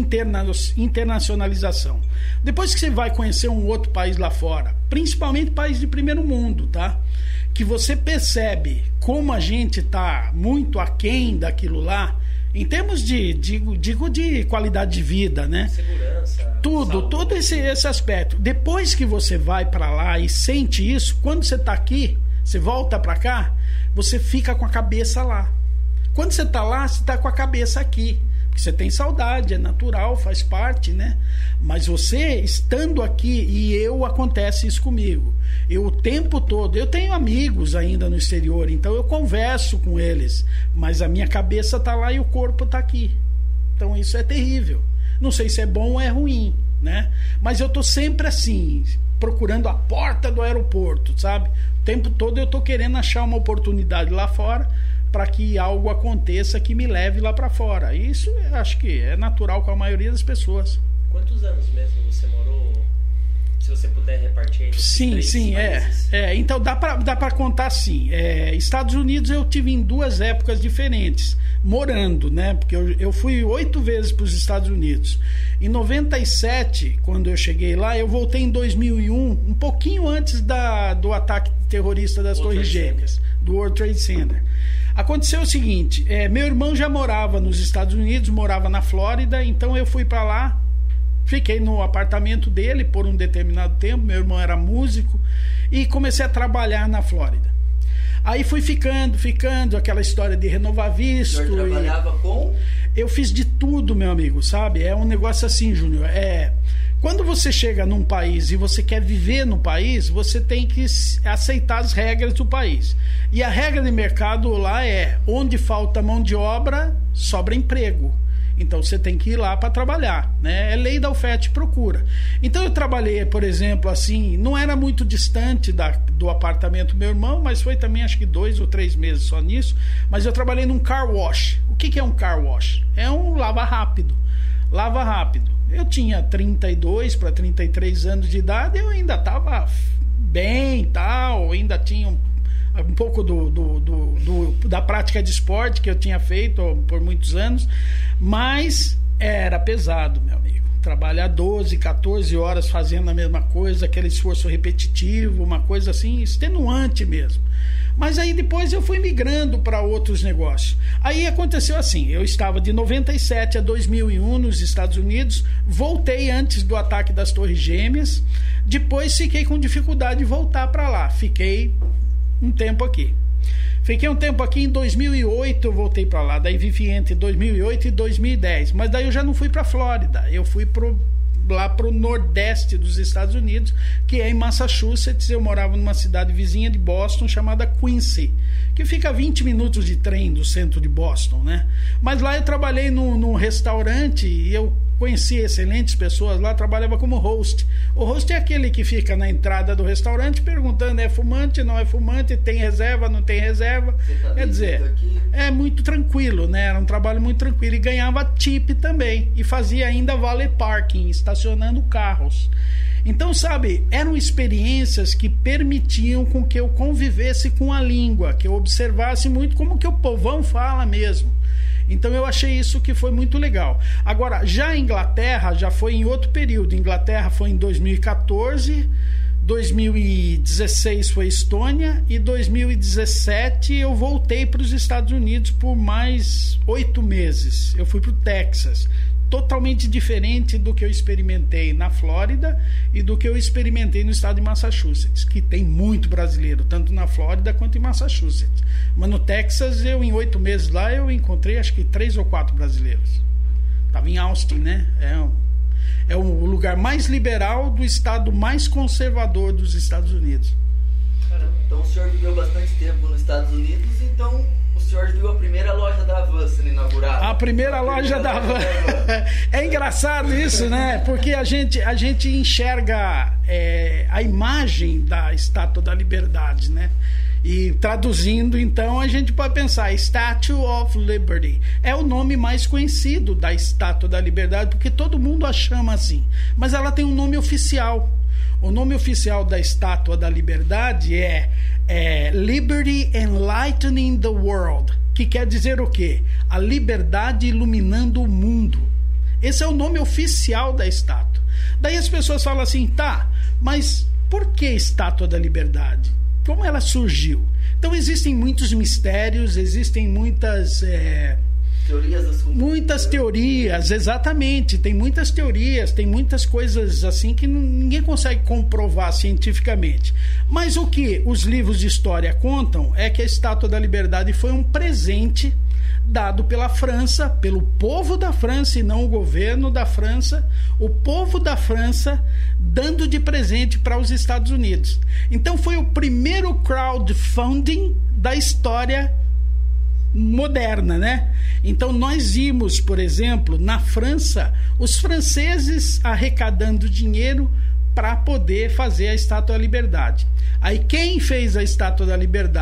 internacionalização. Depois que você vai conhecer um outro país lá fora, principalmente país de primeiro mundo, tá? Que você percebe como a gente está muito aquém daquilo lá, em termos de qualidade de vida, né? Segurança. Todo esse aspecto. Depois que você vai para lá e sente isso, quando você está aqui, você volta para cá, você fica com a cabeça lá. Quando você está lá, você está com a cabeça aqui. Porque você tem saudade, é natural, faz parte, né? Mas você, estando aqui, e acontece isso comigo. Eu o tempo todo, eu tenho amigos ainda no exterior, então eu converso com eles, mas a minha cabeça está lá e o corpo está aqui. Então isso é terrível. Não sei se é bom ou é ruim, né? Mas eu estou sempre assim, procurando a porta do aeroporto, sabe? O tempo todo eu estou querendo achar uma oportunidade lá fora para que algo aconteça que me leve lá para fora. Isso eu acho que é natural com a maioria das pessoas. Quantos anos mesmo você morou? Se você puder repartir aí. Sim, então dá para contar assim. Estados Unidos eu tive em 2 épocas diferentes, morando, né? Porque eu fui 8 vezes para os Estados Unidos. Em 97, quando eu cheguei lá, eu voltei em 2001, um pouquinho antes do ataque terrorista das Torres Gêmeas, do World Trade Center. Aconteceu o seguinte, meu irmão já morava nos Estados Unidos, morava na Flórida, então eu fui para lá. Fiquei no apartamento dele por um determinado tempo, meu irmão era músico, e comecei a trabalhar na Flórida. Aí fui ficando, aquela história de renovar visto. O senhor trabalhava com? Eu fiz de tudo, meu amigo, sabe? É um negócio assim, Júnior. Quando você chega num país e você quer viver no país, você tem que aceitar as regras do país. E a regra de mercado lá é, onde falta mão de obra, sobra emprego. Então você tem que ir lá para trabalhar, né? É lei da oferta e procura. Então eu trabalhei, por exemplo, assim, não era muito distante do apartamento do meu irmão, mas foi também acho que 2 ou 3 meses só nisso. Mas eu trabalhei num car wash. O que é um car wash? É um lava rápido. Lava rápido. Eu tinha 32 para 33 anos de idade, eu ainda estava bem, tal, ainda tinha um pouco da prática de esporte que eu tinha feito por muitos anos, mas era pesado, meu amigo. Trabalhar 12, 14 horas fazendo a mesma coisa, aquele esforço repetitivo, uma coisa assim, extenuante mesmo. Mas aí depois eu fui migrando para outros negócios. Aí aconteceu assim, eu estava de 97 a 2001 nos Estados Unidos, voltei antes do ataque das Torres Gêmeas, depois fiquei com dificuldade de voltar para lá, fiquei um tempo aqui. Fiquei um tempo aqui, em 2008 eu voltei para lá, daí vivi entre 2008 e 2010, mas daí eu já não fui para a Flórida, eu fui lá para o nordeste dos Estados Unidos, que é em Massachusetts. Eu morava numa cidade vizinha de Boston chamada Quincy, que fica a 20 minutos de trem do centro de Boston, né? Mas lá eu trabalhei num restaurante e eu conheci excelentes pessoas lá, trabalhava como host. O host é aquele que fica na entrada do restaurante perguntando, é fumante, não é fumante, tem reserva, não tem reserva. Quer dizer, é muito tranquilo, né? Era um trabalho muito tranquilo. E ganhava tip também. E fazia ainda valet parking, estacionando carros. Então, sabe, eram experiências que permitiam com que eu convivesse com a língua, que eu observasse muito como que o povão fala mesmo. Então eu achei isso que foi muito legal. Agora, já a Inglaterra já foi em outro período. Inglaterra foi em 2014, 2016 foi Estônia e 2017 eu voltei para os Estados Unidos por mais 8 meses. Eu fui para o Texas. Totalmente diferente do que eu experimentei na Flórida e do que eu experimentei no estado de Massachusetts, que tem muito brasileiro, tanto na Flórida quanto em Massachusetts. Mas no Texas, em 8 meses lá, eu encontrei acho que 3 ou 4 brasileiros. Estava em Austin, né? É o lugar mais liberal do estado mais conservador dos Estados Unidos. Caramba, então o senhor viveu bastante tempo nos Estados Unidos, então o senhor viu a primeira loja da Havan sendo inaugurada. A primeira loja da Havan. É engraçado isso, né? Porque a gente enxerga a imagem da Estátua da Liberdade, né? E traduzindo, então, a gente pode pensar Statue of Liberty. É o nome mais conhecido da Estátua da Liberdade, porque todo mundo a chama assim. Mas ela tem um nome oficial. O nome oficial da Estátua da Liberdade é Liberty Enlightening the World, que quer dizer o quê? A liberdade iluminando o mundo. Esse é o nome oficial da estátua. Daí as pessoas falam assim, tá, mas por que Estátua da Liberdade? Como ela surgiu? Então existem muitos mistérios, existem muitas teorias, exatamente. Tem muitas teorias, tem muitas coisas assim que ninguém consegue comprovar cientificamente. Mas o que os livros de história contam é que a Estátua da Liberdade foi um presente dado pela França, pelo povo da França e não o governo da França, o povo da França dando de presente para os Estados Unidos. Então foi o primeiro crowdfunding da história moderna, né? Então nós vimos, por exemplo, na França, os franceses arrecadando dinheiro para poder fazer a Estátua da Liberdade. Aí quem fez a Estátua da Liberdade?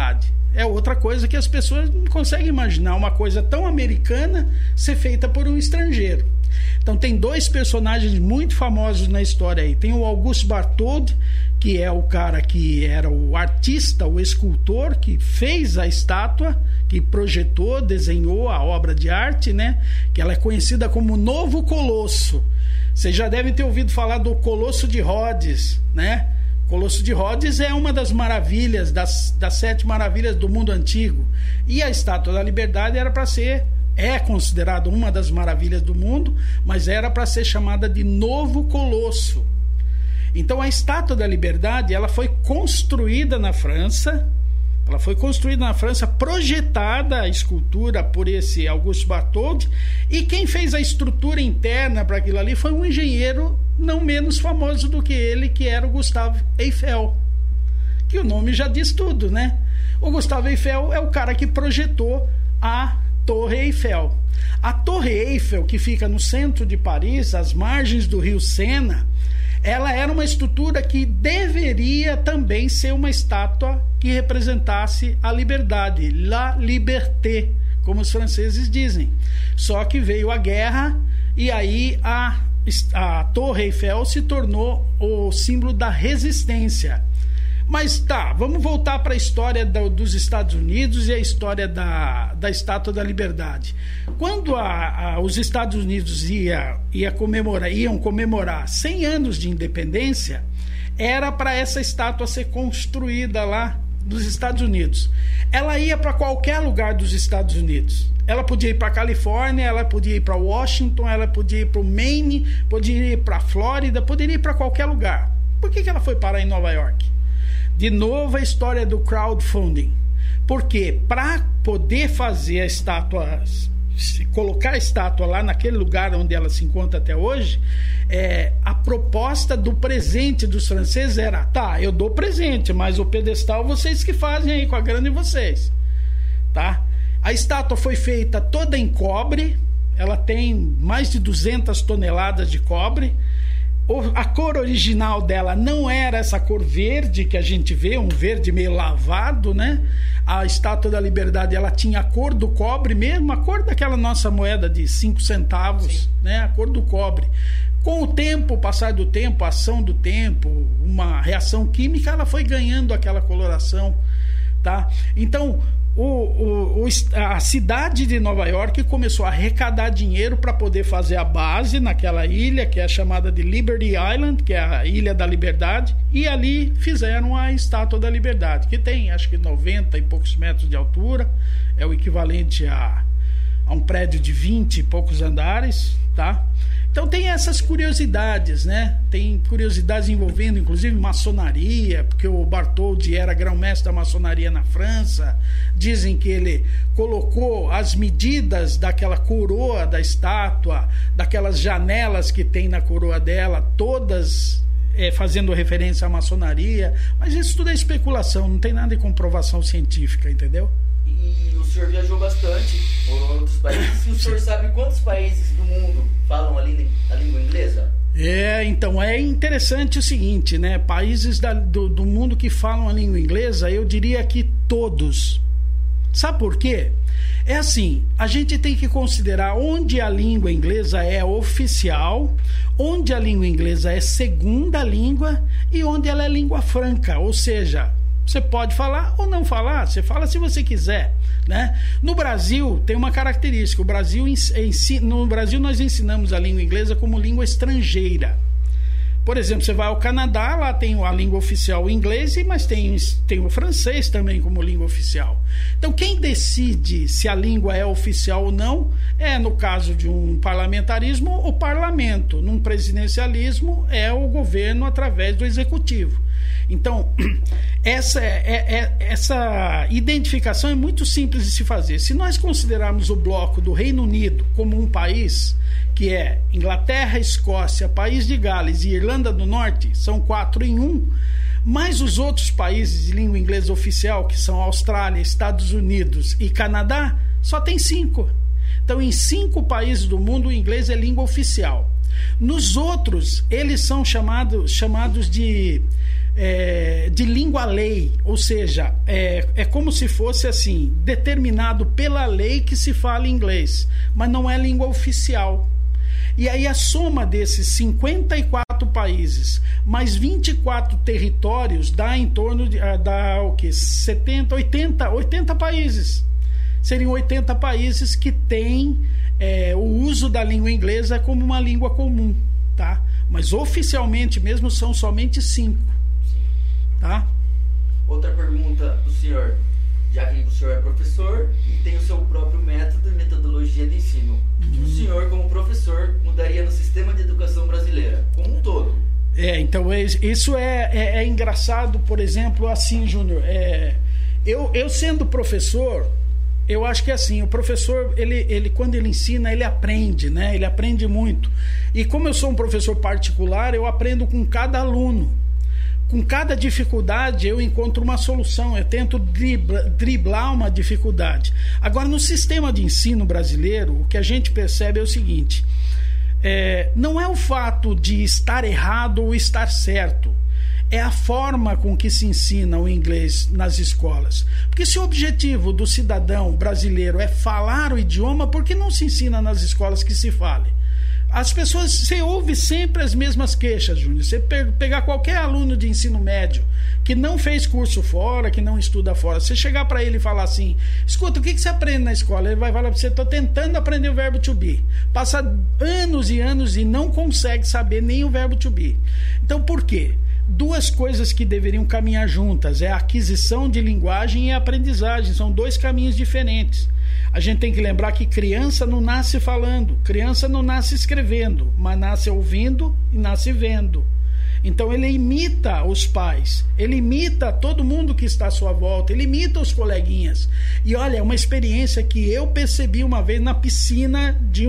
É outra coisa que as pessoas não conseguem imaginar, uma coisa tão americana ser feita por um estrangeiro. Então tem 2 personagens muito famosos na história aí. Tem o Auguste Bartholdi, que é o cara que era o artista, o escultor que fez a estátua, que projetou, desenhou a obra de arte, né? Que ela é conhecida como Novo Colosso. Vocês já devem ter ouvido falar do Colosso de Rhodes, né? O Colosso de Rhodes é uma das maravilhas, das 7 maravilhas do mundo antigo. E a Estátua da Liberdade era para ser, é considerada uma das maravilhas do mundo, mas era para ser chamada de Novo Colosso. Então a Estátua da Liberdade, ela foi construída na França. Ela foi construída na França, projetada a escultura por esse Auguste Bartholdi, e quem fez a estrutura interna para aquilo ali foi um engenheiro não menos famoso do que ele, que era o Gustave Eiffel, que o nome já diz tudo, né? O Gustave Eiffel é o cara que projetou a Torre Eiffel. A Torre Eiffel, que fica no centro de Paris, às margens do rio Sena, ela era uma estrutura que deveria também ser uma estátua que representasse a liberdade, la liberté, como os franceses dizem. Só que veio a guerra e aí a Torre Eiffel se tornou o símbolo da resistência. Mas tá, vamos voltar para a história dos Estados Unidos e a história da Estátua da Liberdade. Quando os Estados Unidos iam comemorar 100 anos de independência, era para essa estátua ser construída lá dos Estados Unidos. Ela ia para qualquer lugar dos Estados Unidos. Ela podia ir para a Califórnia, ela podia ir para Washington, ela podia ir para o Maine, podia ir para a Flórida, poderia ir para qualquer lugar. Por que ela foi parar em Nova York? De novo a história do crowdfunding. Porque para poder fazer a estátua, colocar a estátua lá naquele lugar onde ela se encontra até hoje, a proposta do presente dos franceses era: tá, eu dou presente, mas o pedestal vocês que fazem aí com a grana de vocês, tá? A estátua foi feita toda em cobre, ela tem mais de 200 toneladas de cobre. A cor original dela não era essa cor verde que a gente vê, um verde meio lavado, né? A Estátua da Liberdade, ela tinha a cor do cobre mesmo, a cor daquela nossa moeda de 5 centavos, né? A cor do cobre. Com o tempo, o passar do tempo, a ação do tempo, uma reação química, ela foi ganhando aquela coloração, tá? Então, a cidade de Nova York começou a arrecadar dinheiro para poder fazer a base naquela ilha, que é chamada de Liberty Island, que é a Ilha da Liberdade, e ali fizeram a Estátua da Liberdade, que tem acho que 90 e poucos metros de altura, é o equivalente a um prédio de 20 e poucos andares, tá? Então tem essas curiosidades, né? Tem curiosidades envolvendo inclusive maçonaria, porque o Bartholdi era grão-mestre da maçonaria na França. Dizem que ele colocou as medidas daquela coroa da estátua, daquelas janelas que tem na coroa dela, todas fazendo referência à maçonaria. Mas isso tudo é especulação, não tem nada de comprovação científica, entendeu? E o senhor viajou bastante por outros países. E o senhor sabe quantos países do mundo falam a língua inglesa? Então é interessante o seguinte, né? Países do mundo que falam a língua inglesa, eu diria que todos. Sabe por quê? É assim, a gente tem que considerar onde a língua inglesa é oficial, onde a língua inglesa é segunda língua e onde ela é língua franca, ou seja, você pode falar ou não falar, você fala se você quiser, né? No Brasil tem uma característica, no Brasil nós ensinamos a língua inglesa como língua estrangeira. Por exemplo, você vai ao Canadá, lá tem a língua oficial o inglês, mas tem o francês também como língua oficial. Então quem decide se a língua é oficial ou não é, no caso de um parlamentarismo, o parlamento. Num presidencialismo é o governo através do executivo. Então, essa identificação é muito simples de se fazer. Se nós considerarmos o bloco do Reino Unido como um país, que é Inglaterra, Escócia, País de Gales e Irlanda do Norte, são 4 em 1, mais os outros países de língua inglesa oficial, que são Austrália, Estados Unidos e Canadá, só tem 5. Então, em 5 países do mundo, o inglês é língua oficial. Nos outros, eles são chamados de de língua-lei, ou seja, é como se fosse assim, determinado pela lei que se fala inglês, mas não é língua oficial. E aí a soma desses 54 países mais 24 territórios dá em torno de 70, 80 países. Seriam 80 países que têm o uso da língua inglesa como uma língua comum, tá? Mas oficialmente mesmo são somente 5. Tá? Outra pergunta para o senhor, já que o senhor é professor e tem o seu próprio método e metodologia de ensino, o que o senhor, como professor, mudaria no sistema de educação brasileira, como um todo? Então isso é engraçado, por exemplo, assim, Júnior, eu sendo professor, eu acho que assim, o professor, ele quando ele ensina, ele aprende, né? Ele aprende muito. E como eu sou um professor particular, eu aprendo com cada aluno. Com cada dificuldade eu encontro uma solução, eu tento driblar uma dificuldade. Agora, no sistema de ensino brasileiro, o que a gente percebe é o seguinte, não é o fato de estar errado ou estar certo, é a forma com que se ensina o inglês nas escolas. Porque se o objetivo do cidadão brasileiro é falar o idioma, por que não se ensina nas escolas que se fale? As pessoas, você ouve sempre as mesmas queixas, Júnior. Você pegar qualquer aluno de ensino médio que não fez curso fora, que não estuda fora, você chegar para ele e falar assim, escuta, o que você aprende na escola? Ele vai falar para você, estou tentando aprender o verbo to be. Passa anos e anos e não consegue saber nem o verbo to be. Então, por quê? Duas coisas que deveriam caminhar juntas, a aquisição de linguagem e a aprendizagem, são 2 caminhos diferentes. A gente tem que lembrar que criança não nasce falando, criança não nasce escrevendo, mas nasce ouvindo e nasce vendo. Então ele imita os pais, ele imita todo mundo que está à sua volta, ele imita os coleguinhas. E olha, é uma experiência que eu percebi uma vez na piscina de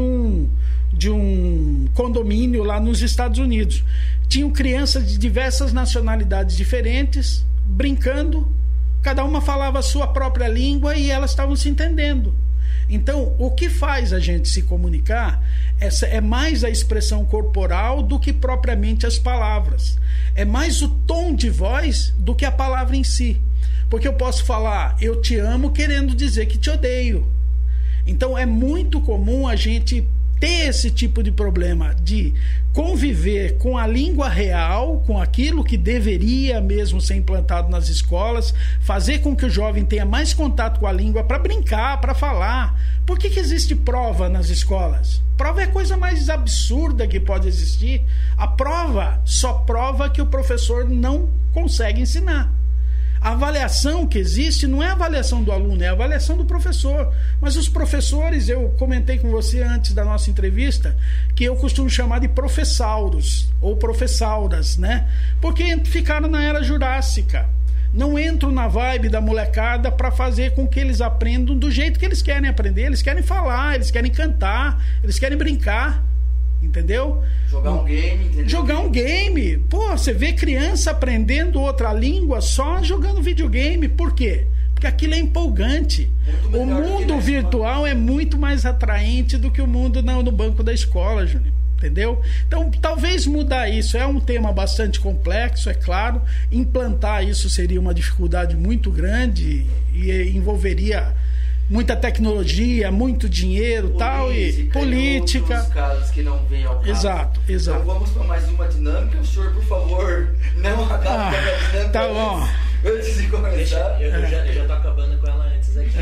um condomínio lá nos Estados Unidos. Tinham crianças de diversas nacionalidades diferentes, brincando, cada uma falava a sua própria língua e elas estavam se entendendo. Então, o que faz a gente se comunicar é mais a expressão corporal do que propriamente as palavras. É mais o tom de voz do que a palavra em si. Porque eu posso falar, eu te amo, querendo dizer que te odeio. Então, é muito comum a gente ter esse tipo de problema, de conviver com a língua real, com aquilo que deveria mesmo ser implantado nas escolas, fazer com que o jovem tenha mais contato com a língua para brincar, para falar. Por que existe prova nas escolas? Prova é a coisa mais absurda que pode existir. A prova só prova que o professor não consegue ensinar. A avaliação que existe não é a avaliação do aluno, é a avaliação do professor. Mas os professores, eu comentei com você antes da nossa entrevista, que eu costumo chamar de professauros, ou professauras, né? Porque ficaram na era jurássica. Não entram na vibe da molecada para fazer com que eles aprendam do jeito que eles querem aprender. Eles querem falar, eles querem cantar, eles querem brincar. Entendeu? Jogar um game, entendeu? Jogar um game. Pô, você vê criança aprendendo outra língua só jogando videogame. Por quê? Porque aquilo é empolgante. O mundo virtual é muito mais atraente do que o mundo no banco da escola, Júnior. Entendeu? Então, talvez mudar isso. É um tema bastante complexo, é claro. Implantar isso seria uma dificuldade muito grande e envolveria muita tecnologia, muito dinheiro, tal, e política. Outros casos que não vêm ao caso. Exato. Então vamos para mais uma dinâmica. O senhor, por favor, não acabe com a dinâmica. Tá bom. Antes de começar. Eu já tô acabando com ela antes aqui.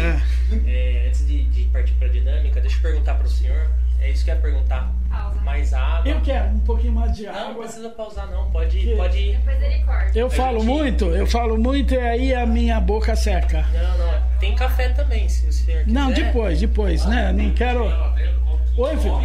Antes de partir para a dinâmica, deixa eu perguntar para o senhor. É isso que eu ia perguntar. Pausa. Mais água. Eu quero um pouquinho mais de água. Não precisa pausar, não. Pode ir. Depois ele corta. Eu falo muito e aí a minha boca seca. Não. Tem café também, se o senhor quiser. Não, depois, né? Não quero. Oi, filho.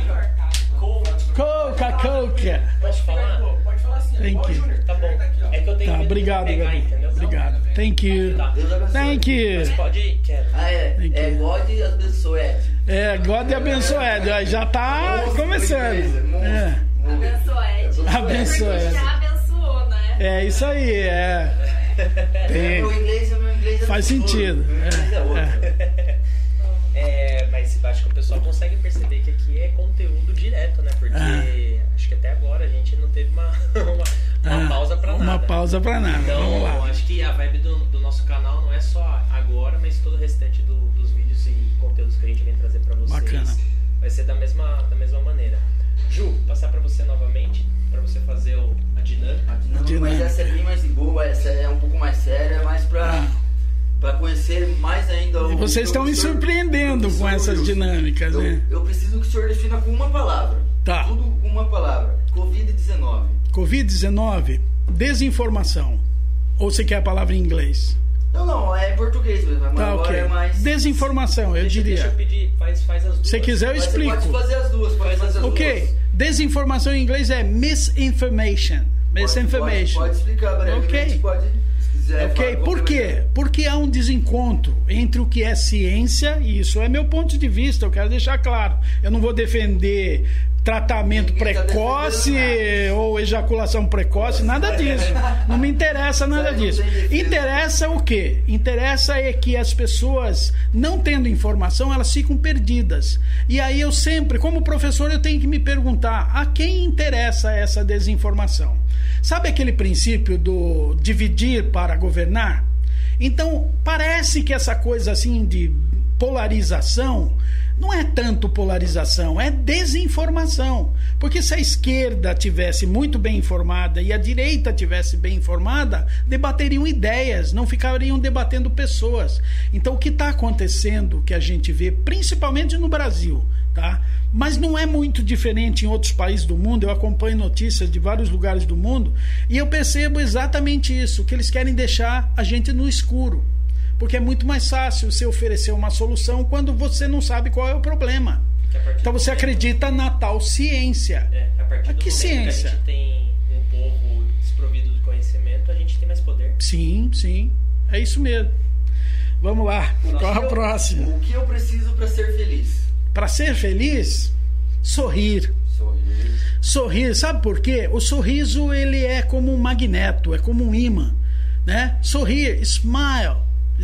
Coca. Posso falar? Pode falar assim. Thank you. Tá bom. É que eu tenho Tá, medo obrigado, de pegar, Gabi. entendeu? Obrigado. Thank you. Tá. Deus abençoe. Thank you. Mas pode ir, quero. Thank you. God abençoe. God abençoe. Ó, já tá começando. Abençoe. Já abençoou, né? É isso aí, Meu inglês é Faz sentido. Mas acho que o pessoal consegue perceber que aqui é conteúdo direto, né? Porque acho que até agora a gente não teve Uma pausa pra nada. Uma pausa pra nada. Então, Vamos lá. acho que a vibe do nosso canal não é só agora, mas todo o restante dos vídeos e conteúdos que a gente vem trazer pra vocês. Bacana. Vai ser da mesma maneira. Ju, passar pra você novamente, pra você fazer a dinâmica. A dinâmica, mas essa é bem mais de boa, essa é um pouco mais séria, mais pra conhecer mais ainda o... E vocês estão me surpreendendo com essas dinâmicas, né? Eu preciso que o senhor defina com uma palavra. Tá. Tudo com uma palavra. Covid-19. Covid-19, desinformação. Ou você quer a palavra em inglês? Não, é em português mesmo. Mas Tá, agora ok. é mais... Desinformação, eu diria. Deixa eu pedir, faz as duas. Se quiser, eu Mas explico. Você pode fazer as duas, Ok. Desinformação em inglês é misinformation. Misinformation. Pode explicar brevemente, Ok. pode... Se quiser, Ok, fala por quê? Porque há um desencontro entre o que é ciência, e isso é meu ponto de vista, eu quero deixar claro. Eu não vou defender tratamento Ninguém tá precoce defendendo ou ejaculação precoce, nada disso. Não me interessa nada Isso aí não disso. tem defesa. Interessa o quê? Interessa é que as pessoas, não tendo informação, elas ficam perdidas. E aí eu sempre, como professor, eu tenho que me perguntar a quem interessa essa desinformação. Sabe aquele princípio do dividir para governar? Então, parece que essa coisa assim de polarização não é tanto polarização, é desinformação. Porque se a esquerda tivesse muito bem informada e a direita tivesse bem informada, debateriam ideias, não ficariam debatendo pessoas. Então, o que está acontecendo, que a gente vê, principalmente no Brasil, tá? Mas não é muito diferente em outros países do mundo. Eu acompanho notícias de vários lugares do mundo e eu percebo exatamente isso, que eles querem deixar a gente no escuro. Porque é muito mais fácil você oferecer uma solução quando você não sabe qual é o problema. Então você acredita na tal ciência. A partir do Que momento ciência? que a gente tem um povo desprovido de conhecimento, a gente tem mais poder. Sim, sim. É isso mesmo. Vamos lá. Qual a próxima? O que eu preciso para ser feliz? Para ser feliz, sorrir. Sorrir, sabe por quê? O sorriso, ele é como um magneto, é como um imã, né? Sorrir, smile.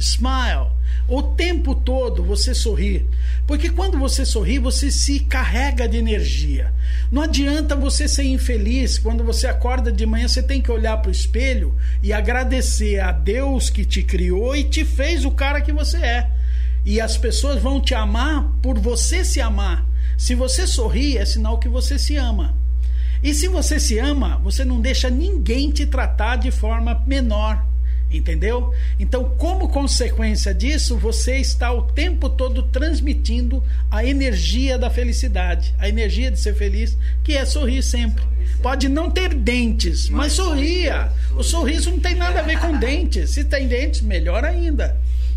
O tempo todo você sorri. Porque quando você sorri, você se carrega de energia. Não adianta você ser infeliz. Quando você acorda de manhã, você tem que olhar para o espelho e agradecer a Deus que te criou e te fez o cara que você é. E as pessoas vão te amar por você se amar. Se você sorri, é sinal que você se ama. E se você se ama, você não deixa ninguém te tratar de forma menor. Entendeu? Então, como consequência disso, você está o tempo todo transmitindo a energia da felicidade, a energia de ser feliz, que é sorrir sempre. Pode não ter dentes, mas sorria. O sorriso não tem nada a ver com dentes. Se tem dentes, melhor ainda.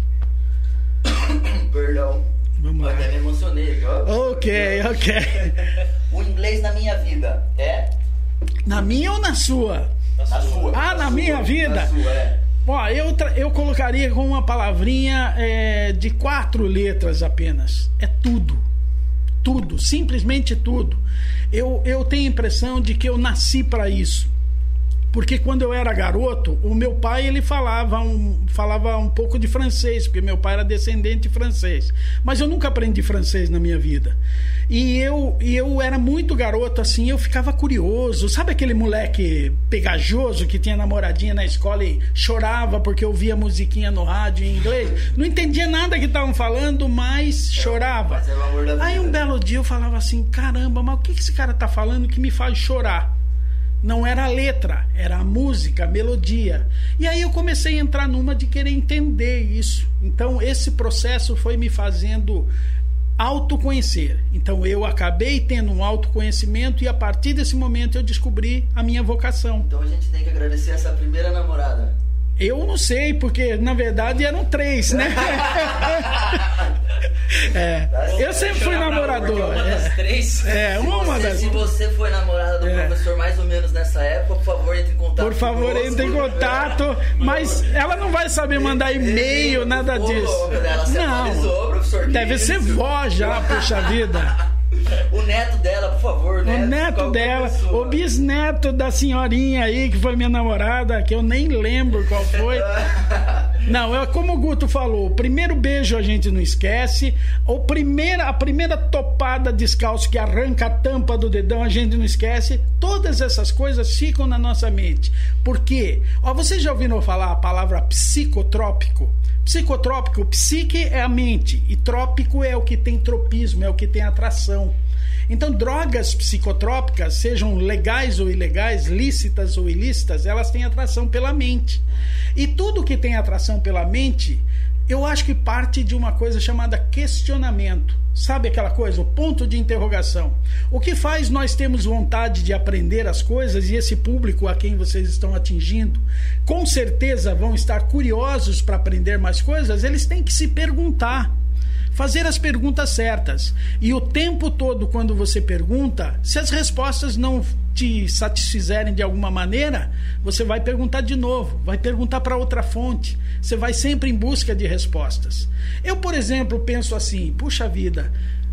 Perdão. Vamos lá. Até me emocionei. Ok. O inglês na minha vida é? Na minha ou na sua? Na sua. Ah, na minha vida? Na sua, é. Ó, eu colocaria com uma palavrinha de 4 letras apenas. É tudo. Tudo, simplesmente tudo. Eu tenho a impressão de que eu nasci para isso. Porque quando eu era garoto, o meu pai ele falava um pouco de francês, porque meu pai era descendente de francês. Mas eu nunca aprendi francês na minha vida. E eu era muito garoto assim, eu ficava curioso. Sabe aquele moleque pegajoso que tinha namoradinha na escola e chorava porque ouvia musiquinha no rádio em inglês? Não entendia nada que estavam falando, mas chorava. Mas é o amor da vida. Aí um belo dia eu falava assim, caramba, mas o que esse cara tá falando que me faz chorar? Não era a letra, era a música, a melodia. E aí eu comecei a entrar numa de querer entender isso. Então esse processo foi me fazendo autoconhecer. Então eu acabei tendo um autoconhecimento e a partir desse momento eu descobri a minha vocação. Então a gente tem que agradecer essa primeira namorada. Eu não sei, porque na verdade eram 3, né? Eu sempre fui namorador. Uma das 3. Uma das. Se você foi namorada do professor mais ou menos nessa época, por favor, entre em contato. Por favor, entre em contato. Mas ela não vai saber mandar e-mail, nada disso. Ela se atualizou, professor. Deve ser vó já, puxa vida. O neto dela, por favor, né? O neto dela, o bisneto da senhorinha aí, que foi minha namorada, que eu nem lembro qual foi. Não, é como o Guto falou, o primeiro beijo a gente não esquece, a primeira topada descalço que arranca a tampa do dedão a gente não esquece. Todas essas coisas ficam na nossa mente. Por quê? Vocês já ouviram falar a palavra psicotrópico? Psicotrópico, psique é a mente e trópico é o que tem tropismo, é o que tem atração. Então, drogas psicotrópicas, sejam legais ou ilegais, lícitas ou ilícitas, elas têm atração pela mente. E tudo que tem atração pela mente, eu acho que parte de uma coisa chamada questionamento. Sabe aquela coisa, o ponto de interrogação? O que faz nós termos vontade de aprender as coisas, e esse público a quem vocês estão atingindo, com certeza vão estar curiosos para aprender mais coisas, eles têm que se perguntar. Fazer as perguntas certas. E o tempo todo, quando você pergunta, se as respostas não te satisfizerem de alguma maneira, você vai perguntar de novo, vai perguntar para outra fonte. Você vai sempre em busca de respostas. Eu, por exemplo, penso assim, puxa vida,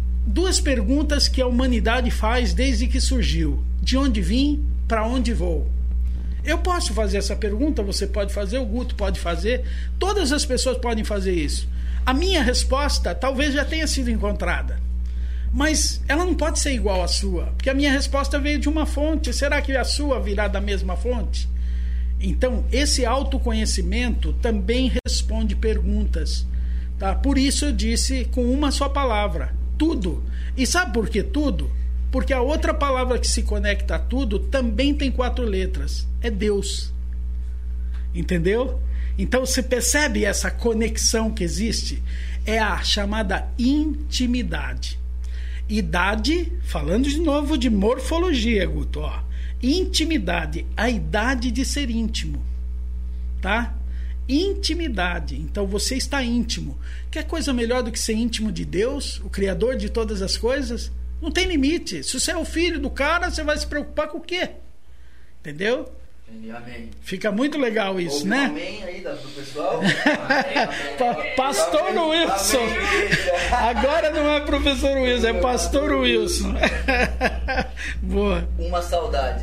2 perguntas que a humanidade faz desde que surgiu. De onde vim, para onde vou? Eu posso fazer essa pergunta, você pode fazer, o Guto pode fazer, todas as pessoas podem fazer isso. A minha resposta talvez já tenha sido encontrada, mas ela não pode ser igual à sua, porque a minha resposta veio de uma fonte. Será que a sua virá da mesma fonte? Então, esse autoconhecimento também responde perguntas, tá? Por isso eu disse com uma só palavra, tudo. E sabe por que tudo? Porque a outra palavra que se conecta a tudo também tem 4 letras, é Deus. Entendeu? Então você percebe essa conexão que existe? É a chamada intimidade. Idade, falando de novo de morfologia, Guto, intimidade, a idade de ser íntimo, tá? Intimidade, então você está íntimo. Quer coisa melhor do que ser íntimo de Deus, o Criador de todas as coisas? Não tem limite. Se você é o filho do cara, você vai se preocupar com o quê? Entendeu? Amém. Fica muito legal isso, né? Amém aí do pessoal. Pastor amém, Wilson. amém. Agora não é professor Wilson, é pastor Wilson. Boa. Uma saudade.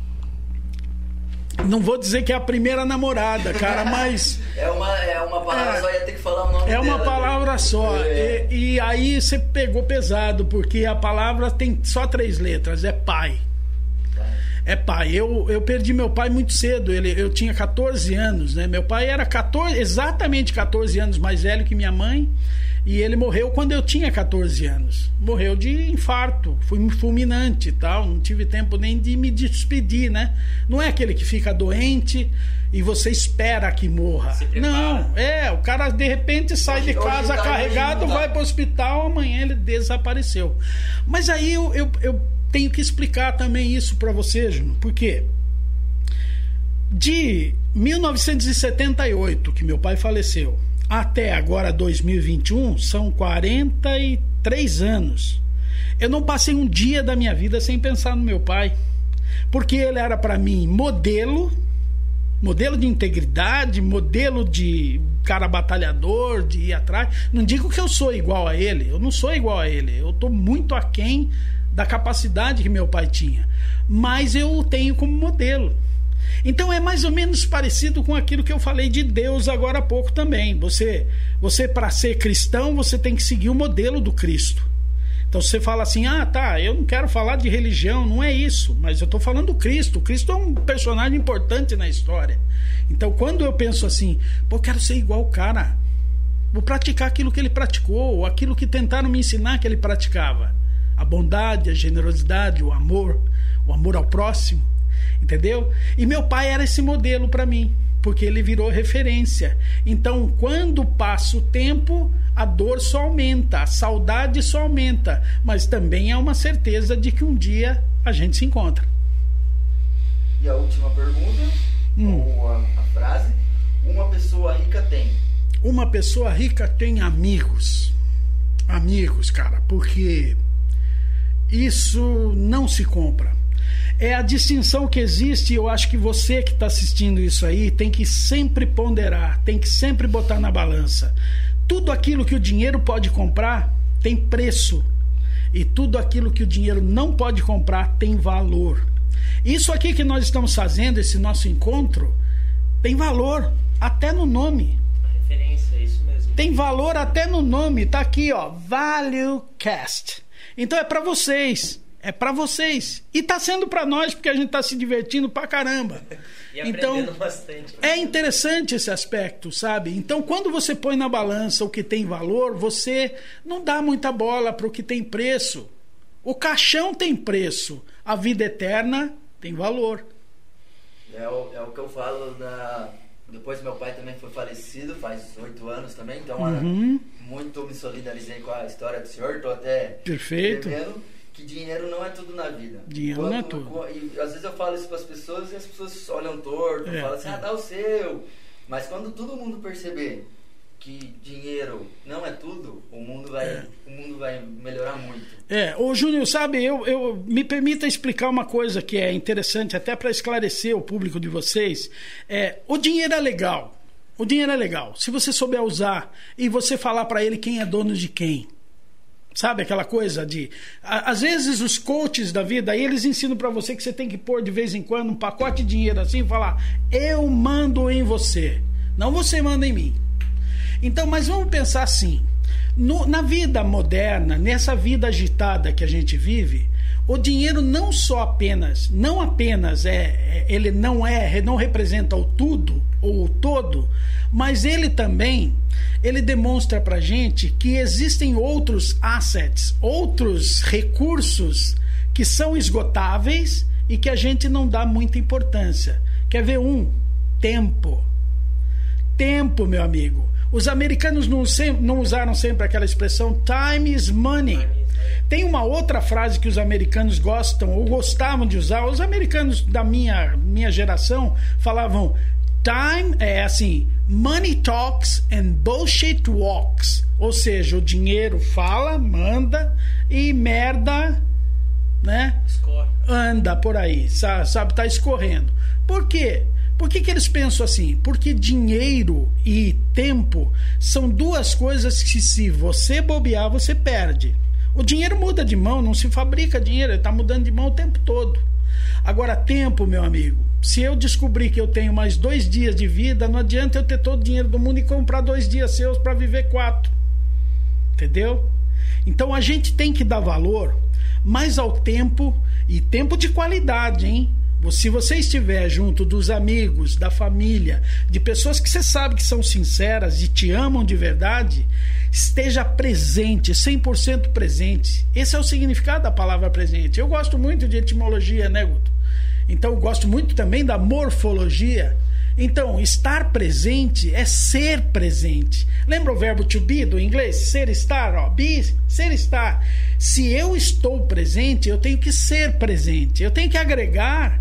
Não vou dizer que é a primeira namorada, cara, mas... É uma palavra só, ia ter que falar o nome dela. É uma palavra só. E aí você pegou pesado, porque a palavra tem só 3 letras, é pai. É pai. Eu perdi meu pai muito cedo. Eu tinha 14 anos, né? Meu pai era exatamente 14 anos mais velho que minha mãe. E ele morreu quando eu tinha 14 anos. Morreu de infarto, fulminante e tal. Não tive tempo nem de me despedir, né? Não é aquele que fica doente e você espera que morra. Não, o cara de repente sai de casa carregado, vai para o hospital, amanhã ele desapareceu. Mas aí eu tenho que explicar também isso para você, Júnior. Por quê? De 1978, que meu pai faleceu, até agora 2021, são 43 anos. Eu não passei um dia da minha vida sem pensar no meu pai, porque ele era para mim modelo de integridade, modelo de cara batalhador, de ir atrás. Não digo que eu sou igual a ele, eu não sou igual a ele, eu estou muito aquém da capacidade que meu pai tinha, mas eu o tenho como modelo. Então é mais ou menos parecido com aquilo que eu falei de Deus agora há pouco também. Você para ser cristão, você tem que seguir o modelo do Cristo. Então você fala assim, eu não quero falar de religião, não é isso, mas eu estou falando do Cristo. O Cristo é um personagem importante na história. Então quando eu penso assim, eu quero ser igual o cara, vou praticar aquilo que ele praticou, ou aquilo que tentaram me ensinar que ele praticava. A bondade, a generosidade, o amor ao próximo, entendeu? E meu pai era esse modelo para mim, porque ele virou referência. Então, quando passa o tempo, a dor só aumenta, a saudade só aumenta, mas também há uma certeza de que um dia a gente se encontra. E a última pergunta, ou a frase, uma pessoa rica tem? Uma pessoa rica tem amigos. Amigos, cara, porque isso não se compra. É a distinção que existe. Eu acho que você que está assistindo isso aí tem que sempre ponderar, tem que sempre botar na balança. Tudo aquilo que o dinheiro pode comprar tem preço, e tudo aquilo que o dinheiro não pode comprar tem valor. Isso aqui que nós estamos fazendo, esse nosso encontro, tem valor, até no nome. Tem valor até no nome, tá aqui, ó, ValueCast. Então é para vocês. É para vocês. E tá sendo para nós, porque a gente tá se divertindo pra caramba. E aprendendo bastante. É interessante esse aspecto, sabe? Então, quando você põe na balança o que tem valor, você não dá muita bola para o que tem preço. O caixão tem preço. A vida eterna tem valor. É o que eu falo depois meu pai também foi falecido, faz 8 anos também, então muito me solidarizei com a história do senhor, tô até perfeito. Entendendo que dinheiro não é tudo na vida. Dinheiro não é tudo. E às vezes eu falo isso para as pessoas e as pessoas olham torto, falam assim, dá o seu. Mas quando todo mundo perceber que dinheiro não é tudo, o mundo vai melhorar muito. Ô Júnior, sabe, eu me permita explicar uma coisa que é interessante, até para esclarecer o público de vocês. O dinheiro é legal. O dinheiro é legal. Se você souber usar e você falar para ele quem é dono de quem. Sabe aquela coisa de... Às vezes os coaches da vida, aí eles ensinam para você que você tem que pôr de vez em quando um pacote de dinheiro assim e falar, eu mando em você, não você manda em mim. Então, mas vamos pensar assim, na vida moderna, nessa vida agitada que a gente vive, o dinheiro não apenas ele não representa o tudo ou o todo, mas ele também demonstra pra gente que existem outros assets, outros recursos que são esgotáveis e que a gente não dá muita importância. Quer ver tempo. Tempo, meu amigo. Os americanos não usaram sempre aquela expressão time is money. Tem uma outra frase que os americanos gostam ou gostavam de usar. Os americanos da minha geração falavam time é assim, money talks and bullshit walks. Ou seja, o dinheiro fala, manda e merda, né? Anda por aí, sabe, tá escorrendo. Por quê? Por que eles pensam assim? Porque dinheiro e tempo são duas coisas que, se você bobear, você perde. O dinheiro muda de mão, não se fabrica dinheiro, ele está mudando de mão o tempo todo. Agora, tempo, meu amigo, se eu descobrir que eu tenho mais 2 dias de vida, não adianta eu ter todo o dinheiro do mundo e comprar 2 dias seus para viver 4. Entendeu? Então a gente tem que dar valor mais ao tempo, e tempo de qualidade, hein? Se você estiver junto dos amigos, da família, de pessoas que você sabe que são sinceras e te amam de verdade, esteja presente, 100% presente. Esse é o significado da palavra presente. Eu gosto muito de etimologia, né, Guto? Então eu gosto muito também da morfologia. Então, estar presente é ser presente. Lembra o verbo to be do inglês? Ser, estar, ó. Be, ser, estar. Se eu estou presente, eu tenho que ser presente. Eu tenho que agregar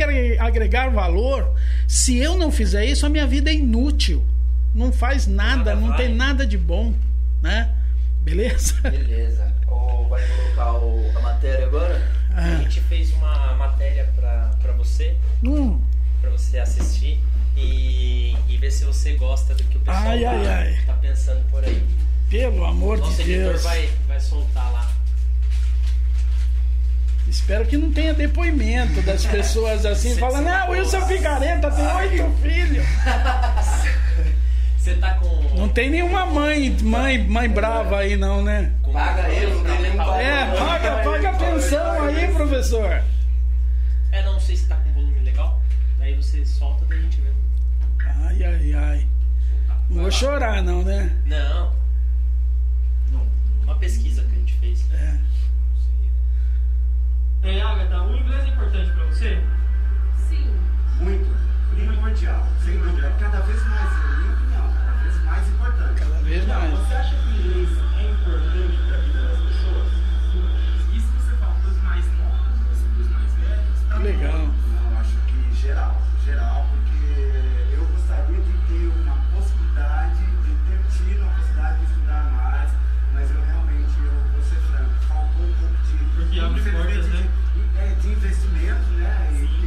valor. Se eu não fizer isso, a minha vida é inútil. Não faz nada, não tem nada de bom, né? Beleza? Beleza. Vai colocar a matéria agora? A gente fez uma matéria para você. Para você assistir e ver se você gosta do que o pessoal tá pensando por aí. Pelo amor de Deus. Nosso editor vai soltar lá. Espero que não tenha depoimento das pessoas assim, falando, não, Wilson Figareta tem 8 filhos. Você tá com... Não tem nenhuma mãe brava aí não, né? Paga ele, não tem nenhum paga a pensão aí, professor. Não sei se tá com volume legal. Daí você solta, daí a gente vê. Ai. Não vou chorar não, né? Não. Uma pesquisa que a gente fez. Agatha, o inglês é importante pra você? Sim. Muito. Primordial. Sem dúvida. Cada vez mais, na minha opinião, cada vez mais importante. Cada vez mais. Você acha que o inglês é importante pra vida das pessoas? Isso você fala dos mais novos, dos mais velhos? Legal. Não, acho que geral, porque eu gostaria de ter uma possibilidade de ter tido uma possibilidade de estudar mais, mas eu realmente, vou ser franco, faltou um pouco de... Porque abre portas, né? De investimento, né?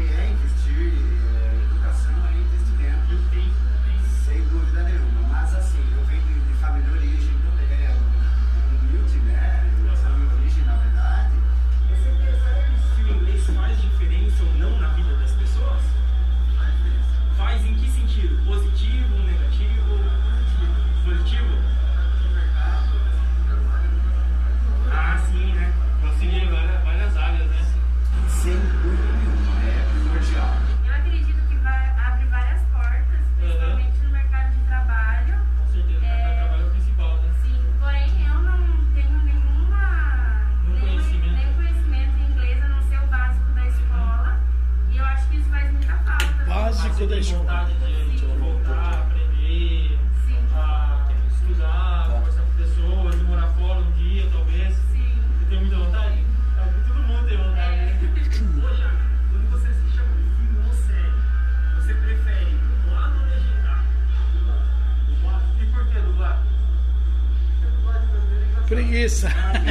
básico da tem escola. vontade de voltar a aprender, a estudar, conversar com pessoas, de morar fora um dia, talvez. Você tem muita vontade? Todo mundo tem vontade, né? Hoje, quando você assiste a um filme ou série, você prefere dublado ou legendado? Dublado. E por que dublado? Preguiça.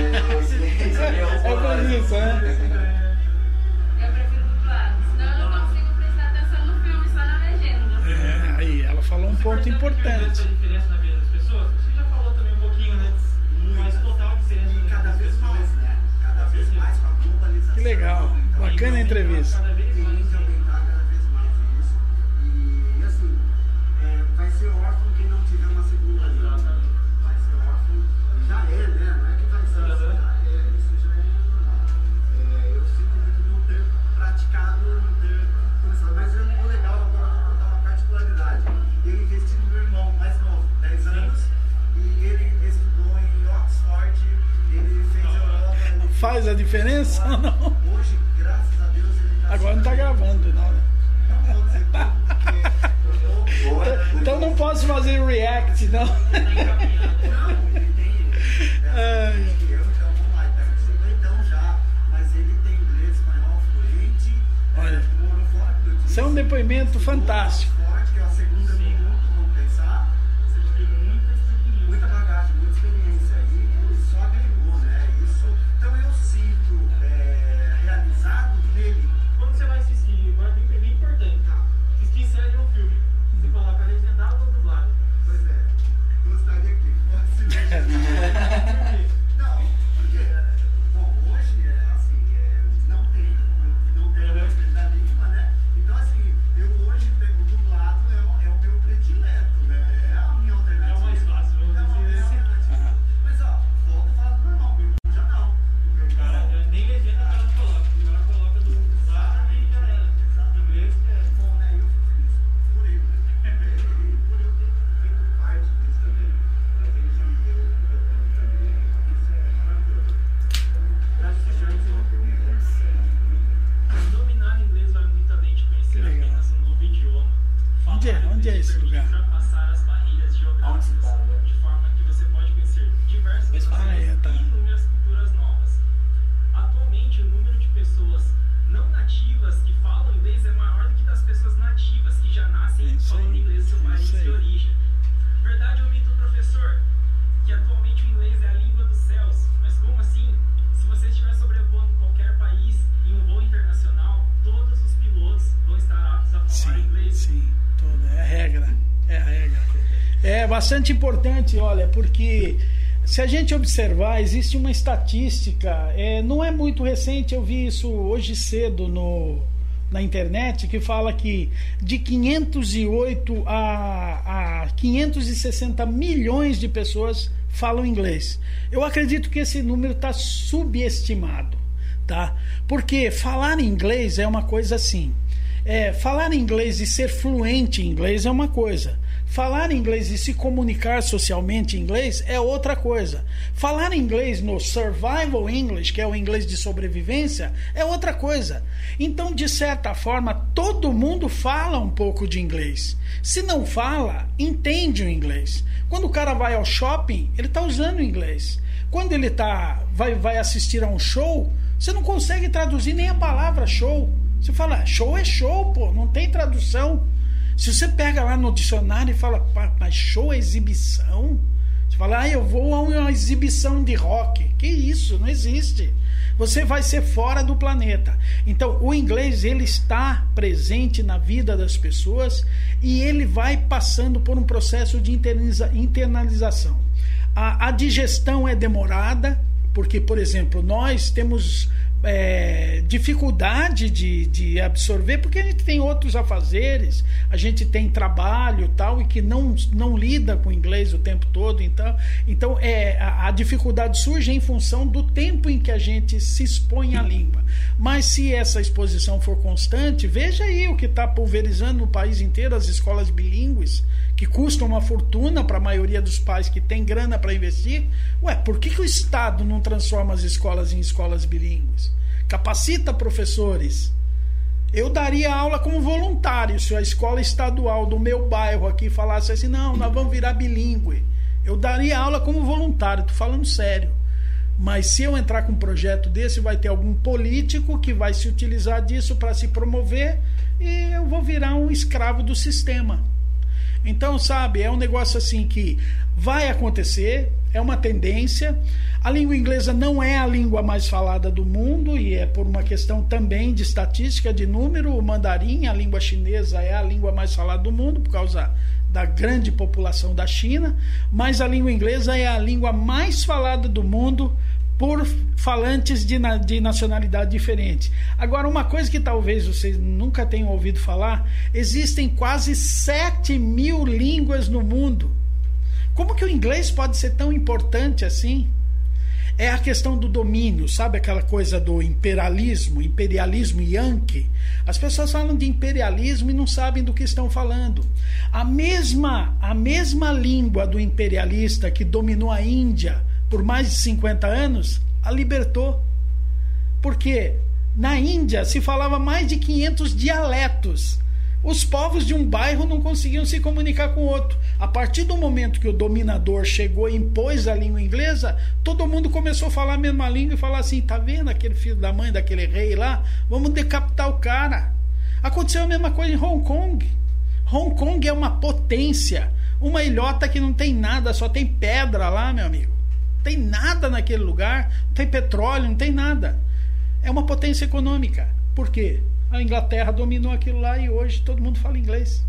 É preguiça, né? Eu prefiro dublado, senão eu não consigo prestar atenção no filme, só na legenda. Aí, ela falou um ponto importante. Essa diferença na vida das pessoas? Você já falou também um pouquinho, né? Mas total diferença. E cada vez mais, né? Cada vez mais com a globalização. Que legal. Bacana a entrevista. Cada vez mais. Tende a aumentar cada vez mais isso. E assim, vai ser órfão quem não tiver uma segunda língua. Vai ser órfão, já é, né? Não é que vai ser, isso já é normal. Eu sinto muito não ter praticado, não ter começado. Mas o legal, agora eu vou contar uma particularidade. Eu investi no meu irmão mais novo, 10 anos, e ele estudou em Oxford, ele fez Europa. Ele Faz a diferença ou não? Hoje, graças a Deus, ele está. Agora não tá gravando, não, né? Não vou dizer porque Então não posso fazer react, não. não, ele tem. Ai. Eu, então, vamos lá, ele tá com 50 já, mas ele tem inglês, espanhol fluente. Olha. Morou fora, como eu disse. Isso é um depoimento fantástico. Forte, que é a segunda do mundo, vamos pensar. Você tem muita bagagem, muita experiência. E ele só agregou, né? Isso. Então eu sinto realizado nele. Quando você vai assistir, agora é bem importante. Assistir série ou filme. Você coloca legendado ou dublado? Pois é, gostaria que fosse. Não, porque, bom, hoje não tem a da língua, né? Então, assim, eu hoje pego dublado, é o meu predileto, né? É a minha alternativa. É o mais fácil, vamos É uma dizer assim. alternativa. Mas, ó, volta a falar do normal, meu irmão já não. O meu Cara, irmão. nem legenda o cara coloca. O cara coloca do dublado e já era. Inglês Bom, né? Eu fico feliz por ele, né? E por eu ter feito parte disso também. Mas ele já me deu um retorno também. Isso é maravilhoso. Dominar inglês vai muito além de conhecer Legal. apenas um novo idioma. Onde é? Falar Onde é inglês esse permite lugar? ultrapassar as barreiras geográficas, Onde tá, né? de forma que você pode conhecer diversas nações tá. e inúmeras culturas novas. Atualmente, o número de pessoas não nativas que falam inglês é maior do que das pessoas nativas que já nascem Isso falando aí, inglês no seu país isso aí. de origem. Verdade ou mito, professor? Que atualmente o inglês é a língua dos céus. Mas como assim? Se você estiver sobrevoando qualquer país em um voo internacional, todos os pilotos vão estar aptos a falar Sim, inglês. sim. É a regra. É a regra. É bastante importante, olha, porque se a gente observar, existe uma estatística, não é muito recente, eu vi isso hoje cedo na internet, que fala que de 508 a 560 milhões de pessoas falam inglês. Eu acredito que esse número está subestimado, tá? Porque falar inglês é uma coisa assim. Falar inglês e ser fluente em inglês é uma coisa. Falar inglês e se comunicar socialmente em inglês é outra coisa. Falar inglês no survival English, que é o inglês de sobrevivência, é outra coisa. Então, de certa forma, todo mundo fala um pouco de inglês. Se não fala, entende o inglês. Quando o cara vai ao shopping, ele está usando o inglês. Quando ele vai assistir a um show, você não consegue traduzir nem a palavra show. Você fala, show é show, pô, não tem tradução. Se você pega lá no dicionário e fala, mas show é exibição? Você fala, eu vou a uma exibição de rock. Que isso? Não existe. Você vai ser fora do planeta. Então, o inglês, ele está presente na vida das pessoas e ele vai passando por um processo de internalização. A digestão é demorada, porque, por exemplo, nós temos dificuldade de absorver, porque a gente tem outros afazeres, a gente tem trabalho tal, e que não lida com inglês o tempo todo, então a dificuldade surge em função do tempo em que a gente se expõe à língua. Mas se essa exposição for constante, veja aí o que está pulverizando no país inteiro, as escolas bilíngues, que custam uma fortuna para a maioria dos pais que tem grana para investir. Por que o Estado não transforma as escolas em escolas bilíngues? Capacita professores. Eu daria aula como voluntário se a escola estadual do meu bairro aqui falasse assim, não, nós vamos virar bilíngue. Eu daria aula como voluntário, tô falando sério. Mas se eu entrar com um projeto desse, vai ter algum político que vai se utilizar disso para se promover e eu vou virar um escravo do sistema. Então, sabe, é um negócio assim que vai acontecer, é uma tendência. A língua inglesa não é a língua mais falada do mundo e é por uma questão também de estatística, de número. O mandarim, a língua chinesa, é a língua mais falada do mundo por causa da grande população da China, mas a língua inglesa é a língua mais falada do mundo por falantes de nacionalidade diferente. Agora, uma coisa que talvez vocês nunca tenham ouvido falar, existem quase 7.000 línguas no mundo. Como que o inglês pode ser tão importante assim? É a questão do domínio, sabe aquela coisa do imperialismo yankee? As pessoas falam de imperialismo e não sabem do que estão falando. A mesma língua do imperialista que dominou a Índia por mais de 50 anos, a libertou. Porque na Índia se falava mais de 500 dialetos. Os povos de um bairro não conseguiam se comunicar com o outro. A partir do momento que o dominador chegou e impôs a língua inglesa, todo mundo começou a falar a mesma língua e falar assim, tá vendo aquele filho da mãe daquele rei lá? Vamos decapitar o cara. Aconteceu a mesma coisa em Hong Kong. Hong Kong é uma potência, uma ilhota que não tem nada, só tem pedra lá, meu amigo. Não tem nada naquele lugar, não tem petróleo, não tem nada. É uma potência econômica. Por quê? A Inglaterra dominou aquilo lá e hoje todo mundo fala inglês.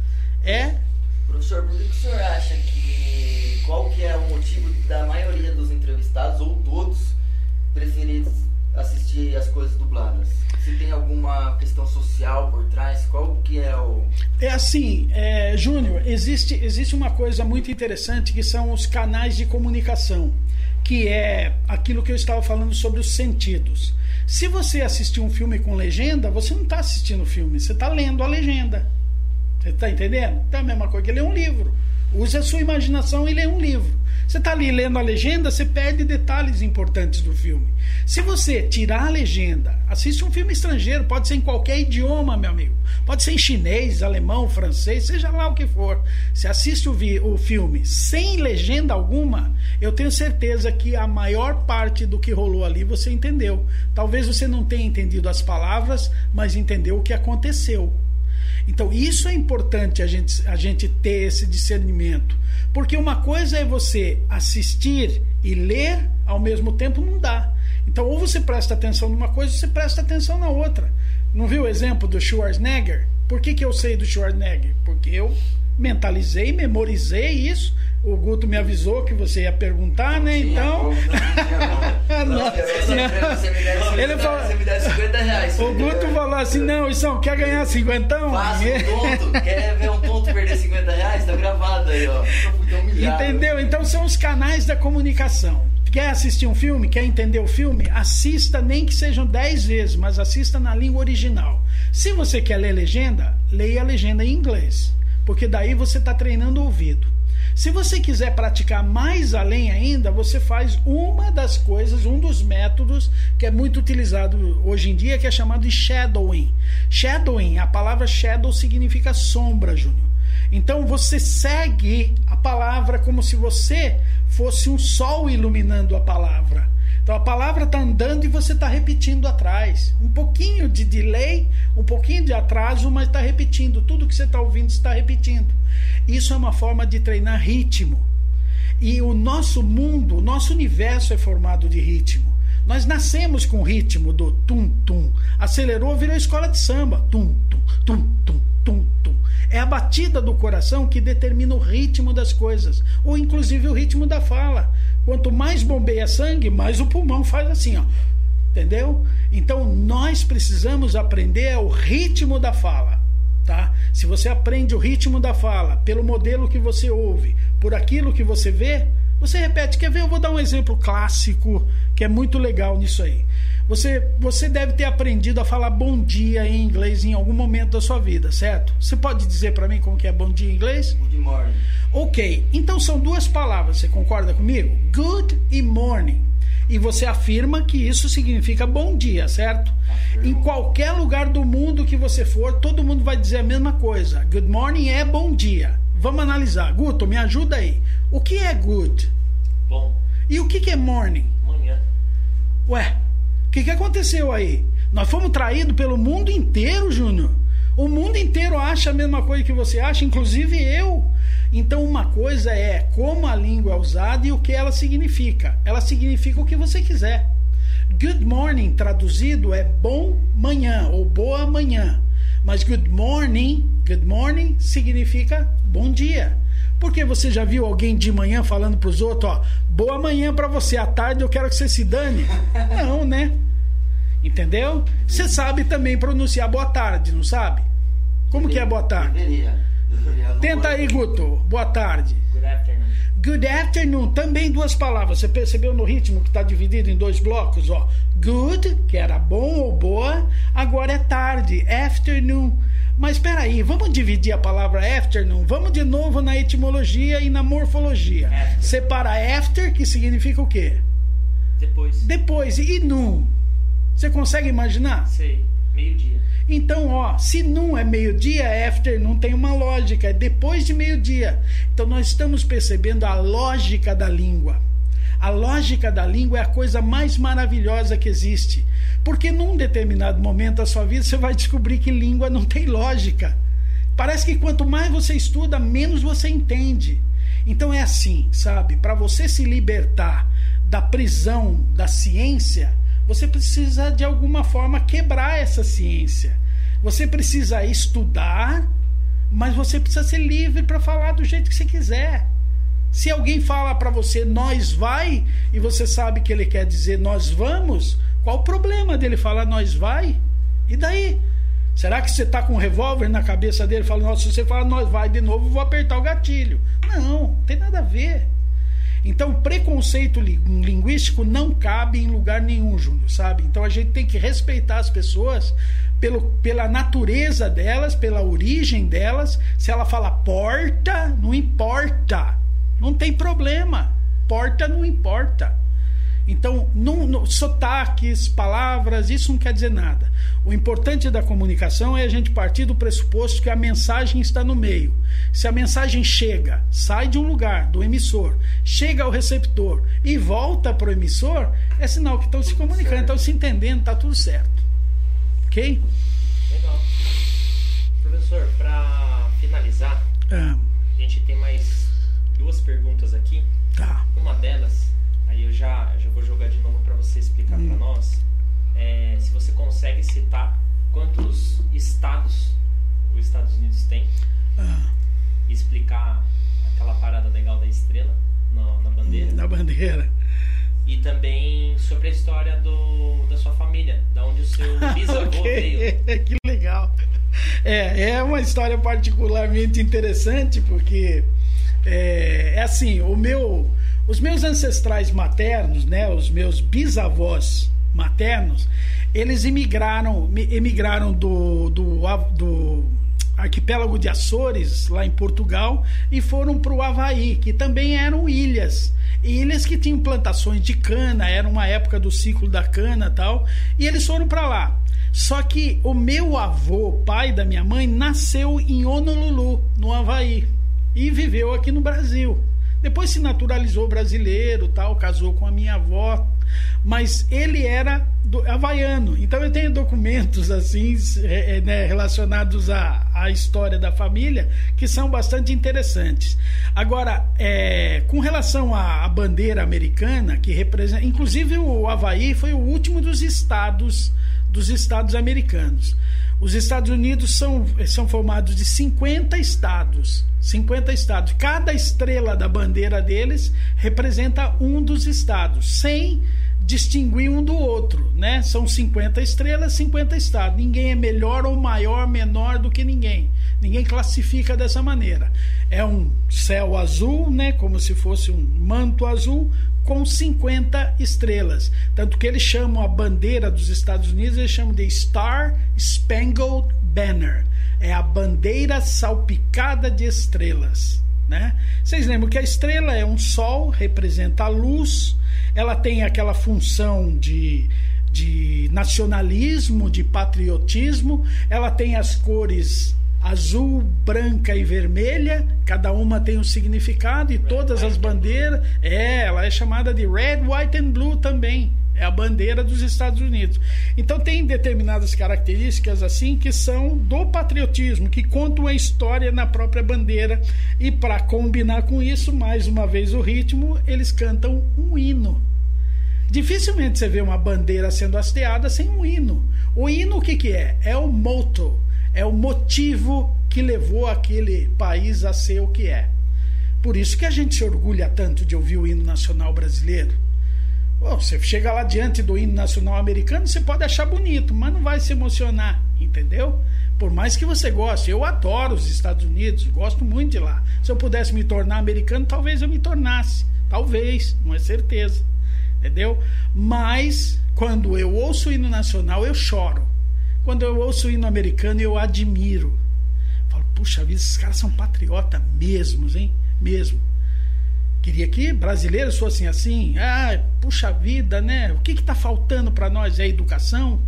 Professor, por que o senhor acha que... Qual que é o motivo da maioria dos entrevistados, ou todos, preferirem assistir as coisas dubladas? Se tem alguma questão social por trás, qual que é o... É assim, Júnior, existe uma coisa muito interessante que são os canais de comunicação, que é aquilo que eu estava falando sobre os sentidos. Se você assistir um filme com legenda, você não está assistindo o filme, você está lendo a legenda. Você está entendendo? Então é a mesma coisa que ler um livro. Use a sua imaginação e lê um livro. Você está ali lendo a legenda, você perde detalhes importantes do filme. Se você tirar a legenda, assiste um filme estrangeiro, pode ser em qualquer idioma, meu amigo. Pode ser em chinês, alemão, francês, seja lá o que for. Se assiste o filme sem legenda alguma, eu tenho certeza que a maior parte do que rolou ali você entendeu. Talvez você não tenha entendido as palavras, mas entendeu o que aconteceu. Então isso é importante a gente ter esse discernimento, porque uma coisa é você assistir e ler ao mesmo tempo, não dá. Então ou você presta atenção numa coisa ou você presta atenção na outra. Não viu o exemplo do Schwarzenegger? Por que eu sei do Schwarzenegger? Porque eu mentalizei, memorizei isso. O Guto me avisou que você ia perguntar, né? Então. Você me dá 50 reais. O Guto falou assim: não, Isão, quer ganhar 50? Faça um tonto. Quer ver um tonto perder 50 reais? Tá gravado aí, ó. Entendeu? Então são os canais da comunicação. Quer assistir um filme? Quer entender o filme? Assista, nem que sejam 10 vezes, mas assista na língua original. Se você quer ler legenda, leia a legenda em inglês, porque daí você está treinando o ouvido. Se você quiser praticar mais além ainda, você faz uma das coisas, um dos métodos que é muito utilizado hoje em dia, que é chamado de shadowing. Shadowing, a palavra shadow significa sombra, Júnior. Então você segue a palavra como se você fosse um sol iluminando a palavra. Então a palavra está andando e você está repetindo atrás. Um pouquinho de delay, um pouquinho de atraso, mas está repetindo. Tudo que você está ouvindo está repetindo. Isso é uma forma de treinar ritmo. E o nosso mundo, o nosso universo é formado de ritmo. Nós nascemos com o ritmo do tum-tum. Acelerou, virou escola de samba. Tum-tum, tum-tum, tum-tum. É a batida do coração que determina o ritmo das coisas. Ou inclusive o ritmo da fala. Quanto mais bombeia sangue, mais o pulmão faz assim, ó. Entendeu? Então nós precisamos aprender o ritmo da fala. Tá? Se você aprende o ritmo da fala pelo modelo que você ouve, por aquilo que você vê, você repete. Quer ver? Eu vou dar um exemplo clássico que é muito legal nisso aí. Você deve ter aprendido a falar bom dia em inglês em algum momento da sua vida, certo? Você pode dizer para mim como que é bom dia em inglês? Good morning. Ok, então são duas palavras, você concorda comigo? Good e morning. e você afirma que isso significa bom dia, certo? Em qualquer lugar do mundo que você for, todo mundo vai dizer a mesma coisa. Good morning é bom dia. Vamos analisar. Guto, me ajuda aí. O que é good? Bom. E o que é morning? Manhã. Ué, o que aconteceu aí? Nós fomos traídos pelo mundo inteiro, Júnior. O mundo inteiro acha a mesma coisa que você acha, inclusive eu. Então uma coisa é como a língua é usada e o que ela significa. Ela significa o que você quiser. Good morning, traduzido, é bom manhã ou boa manhã. Mas good morning significa bom dia. Porque você já viu alguém de manhã falando para os outros, ó, boa manhã para você, à tarde eu quero que você se dane? Não, né? Entendeu? Você sabe também pronunciar boa tarde, não sabe? Como que é boa tarde? Deveria. Tenta aí, Guto. Boa tarde. Good afternoon. Good afternoon, também duas palavras. Você percebeu no ritmo que está dividido em dois blocos? Ó, good, que era bom ou boa, agora é tarde, afternoon. Mas espera aí, vamos dividir a palavra afternoon? Vamos de novo na etimologia e na morfologia. After. Separa after, que significa o quê? Depois. Depois, e noon? Você consegue imaginar? Sei. Meio-dia. Então, ó, se não é meio-dia, after não tem uma lógica, é depois de meio-dia. Então nós estamos percebendo a lógica da língua. A lógica da língua é a coisa mais maravilhosa que existe. Porque num determinado momento da sua vida você vai descobrir que língua não tem lógica. Parece que quanto mais você estuda, menos você entende. Então é assim, sabe? Para você se libertar da prisão da ciência, você precisa de alguma forma quebrar essa ciência. Você precisa estudar, mas você precisa ser livre para falar do jeito que você quiser. Se alguém fala para você nós vai, e você sabe que ele quer dizer nós vamos, qual o problema dele falar nós vai? E daí? Será que você está com um revólver na cabeça dele falando, nossa, se você falar nós vai de novo, eu vou apertar o gatilho? Não tem nada a ver. Então, preconceito linguístico não cabe em lugar nenhum, Júnior, sabe? Então, a gente tem que respeitar as pessoas pela natureza delas, pela origem delas. Se ela fala porta, não importa. Não tem problema. Porta não importa. Então, sotaques, palavras, isso não quer dizer nada. O importante da comunicação é a gente partir do pressuposto que a mensagem está no meio. Se a mensagem chega, sai de um lugar, do emissor, chega ao receptor e volta para o emissor, é sinal que estão se comunicando, estão se entendendo, está tudo certo. Ok? Legal. Professor, para finalizar, a gente tem mais duas perguntas aqui. Tá. Uma delas, aí eu já vou jogar de novo para você explicar para nós. Se você consegue citar quantos estados os Estados Unidos tem e explicar aquela parada legal da estrela na bandeira. Na bandeira. E também sobre a história da sua família, da onde o seu bisavô veio. Que legal. É uma história particularmente interessante, porque é assim, os meus ancestrais maternos, né, os meus bisavós maternos, eles emigraram do arquipélago de Açores, lá em Portugal, e foram para o Havaí, que também eram ilhas que tinham plantações de cana, era uma época do ciclo da cana e tal, e eles foram para lá. Só que o meu avô, pai da minha mãe, nasceu em Honolulu, no Havaí, e viveu aqui no Brasil. Depois se naturalizou brasileiro, tal, casou com a minha avó, mas ele era havaiano. Então eu tenho documentos assim, né, relacionados à história da família, que são bastante interessantes. Agora, com relação à bandeira americana, que representa, inclusive o Havaí foi o último dos estados americanos. Os Estados Unidos são formados de 50 estados. 50 estados. Cada estrela da bandeira deles representa um dos estados, sem distinguir um do outro, né? São 50 estrelas, 50 estados. Ninguém é melhor ou maior, menor do que ninguém. Ninguém classifica dessa maneira. É um céu azul, né? Como se fosse um manto azul, com 50 estrelas. Tanto que eles chamam a bandeira dos Estados Unidos, eles chamam de Star Spangled Banner. É a bandeira salpicada de estrelas, né? Vocês lembram que a estrela é um sol, representa a luz, ela tem aquela função de nacionalismo, de patriotismo, ela tem as cores azul, branca e vermelha, cada uma tem um significado, e todas as bandeiras, ela é chamada de Red, White and Blue também, é a bandeira dos Estados Unidos. Então tem determinadas características assim que são do patriotismo, que contam a história na própria bandeira, e para combinar com isso, mais uma vez o ritmo, eles cantam um hino. Dificilmente você vê uma bandeira sendo hasteada sem um hino. O hino o que é? É o motto, é o motivo que levou aquele país a ser o que é. Por isso que a gente se orgulha tanto de ouvir o hino nacional brasileiro. Você chega lá diante do hino nacional americano, você pode achar bonito, mas não vai se emocionar, entendeu? Por mais que você goste. Eu adoro os Estados Unidos, gosto muito de lá. Se eu pudesse me tornar americano, talvez eu me tornasse. Talvez, não é certeza. Entendeu? Mas quando eu ouço o hino nacional, eu choro. Quando eu ouço o hino americano, eu admiro. Falo, puxa vida, esses caras são patriotas mesmos, hein? Mesmo. Queria que brasileiros fossem assim. Puxa vida, né? O que está faltando para nós? É a educação?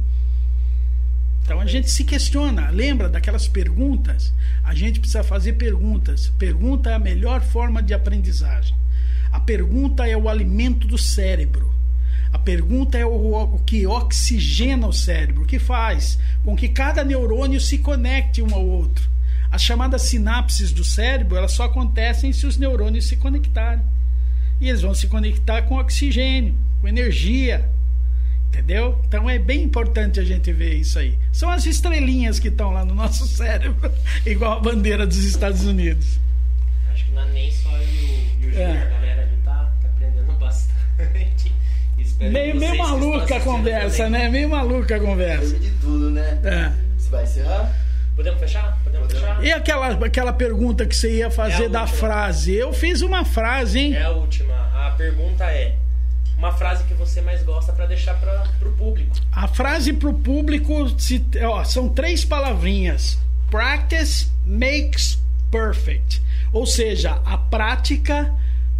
Então a gente se questiona. Lembra daquelas perguntas? A gente precisa fazer perguntas. Pergunta é a melhor forma de aprendizagem. A pergunta é o alimento do cérebro. A pergunta é o que oxigena o cérebro, que faz com que cada neurônio se conecte um ao outro. As chamadas sinapses do cérebro, elas só acontecem se os neurônios se conectarem. E eles vão se conectar com oxigênio, com energia. Entendeu? Então é bem importante a gente ver isso aí. São as estrelinhas que estão lá no nosso cérebro, igual a bandeira dos Estados Unidos. Acho que não é nem só eu e o Júlio, a galera ali tá aprendendo bastante. Meio maluca a conversa, também, né? Meio maluca a conversa. De tudo, né? Você vai encerrar? Podemos fechar? E aquela pergunta que você ia fazer da frase? Eu fiz uma frase, hein? É a última. A pergunta é uma frase que você mais gosta para deixar pro público. A frase pro público são 3 palavrinhas. Practice makes perfect. Ou seja, a prática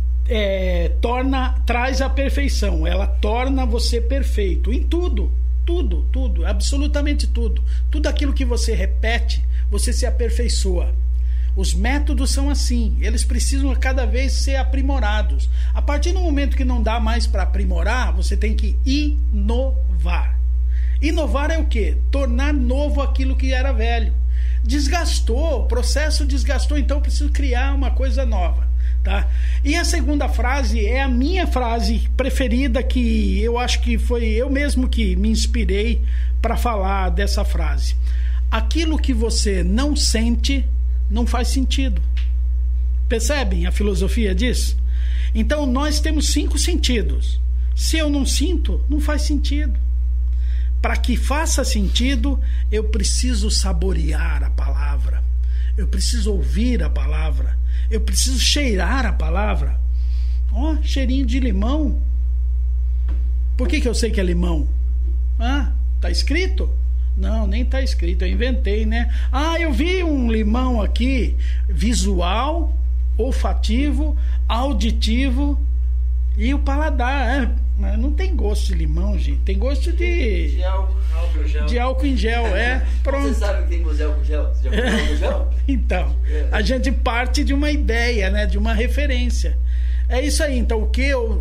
traz a perfeição. Ela torna você perfeito em tudo. Tudo, absolutamente tudo. Tudo aquilo que você repete, você se aperfeiçoa. Os métodos são assim, eles precisam a cada vez ser aprimorados. A partir do momento que não dá mais para aprimorar, você tem que inovar. Inovar é o quê? Tornar novo aquilo que era velho. Desgastou, o processo desgastou, então eu preciso criar uma coisa nova. Tá? E a segunda frase é a minha frase preferida, que eu acho que foi eu mesmo que me inspirei para falar dessa frase. Aquilo que você não sente não faz sentido. Percebem a filosofia disso? Então nós temos 5 sentidos. Se eu não sinto, não faz sentido. Para que faça sentido, eu preciso saborear a palavra. Eu preciso ouvir a palavra. Eu preciso cheirar a palavra. Cheirinho de limão. Por que eu sei que é limão? Tá escrito? Não, nem tá escrito, eu inventei, né? Eu vi um limão aqui, visual, olfativo, auditivo e o paladar. Mas não tem gosto de limão, gente. Tem gosto de álcool em gel, pronto. Você sabe que tem gel com gel? Você já comeu álcool gel? Então, a gente parte de uma ideia, né? De uma referência. É isso aí. Então,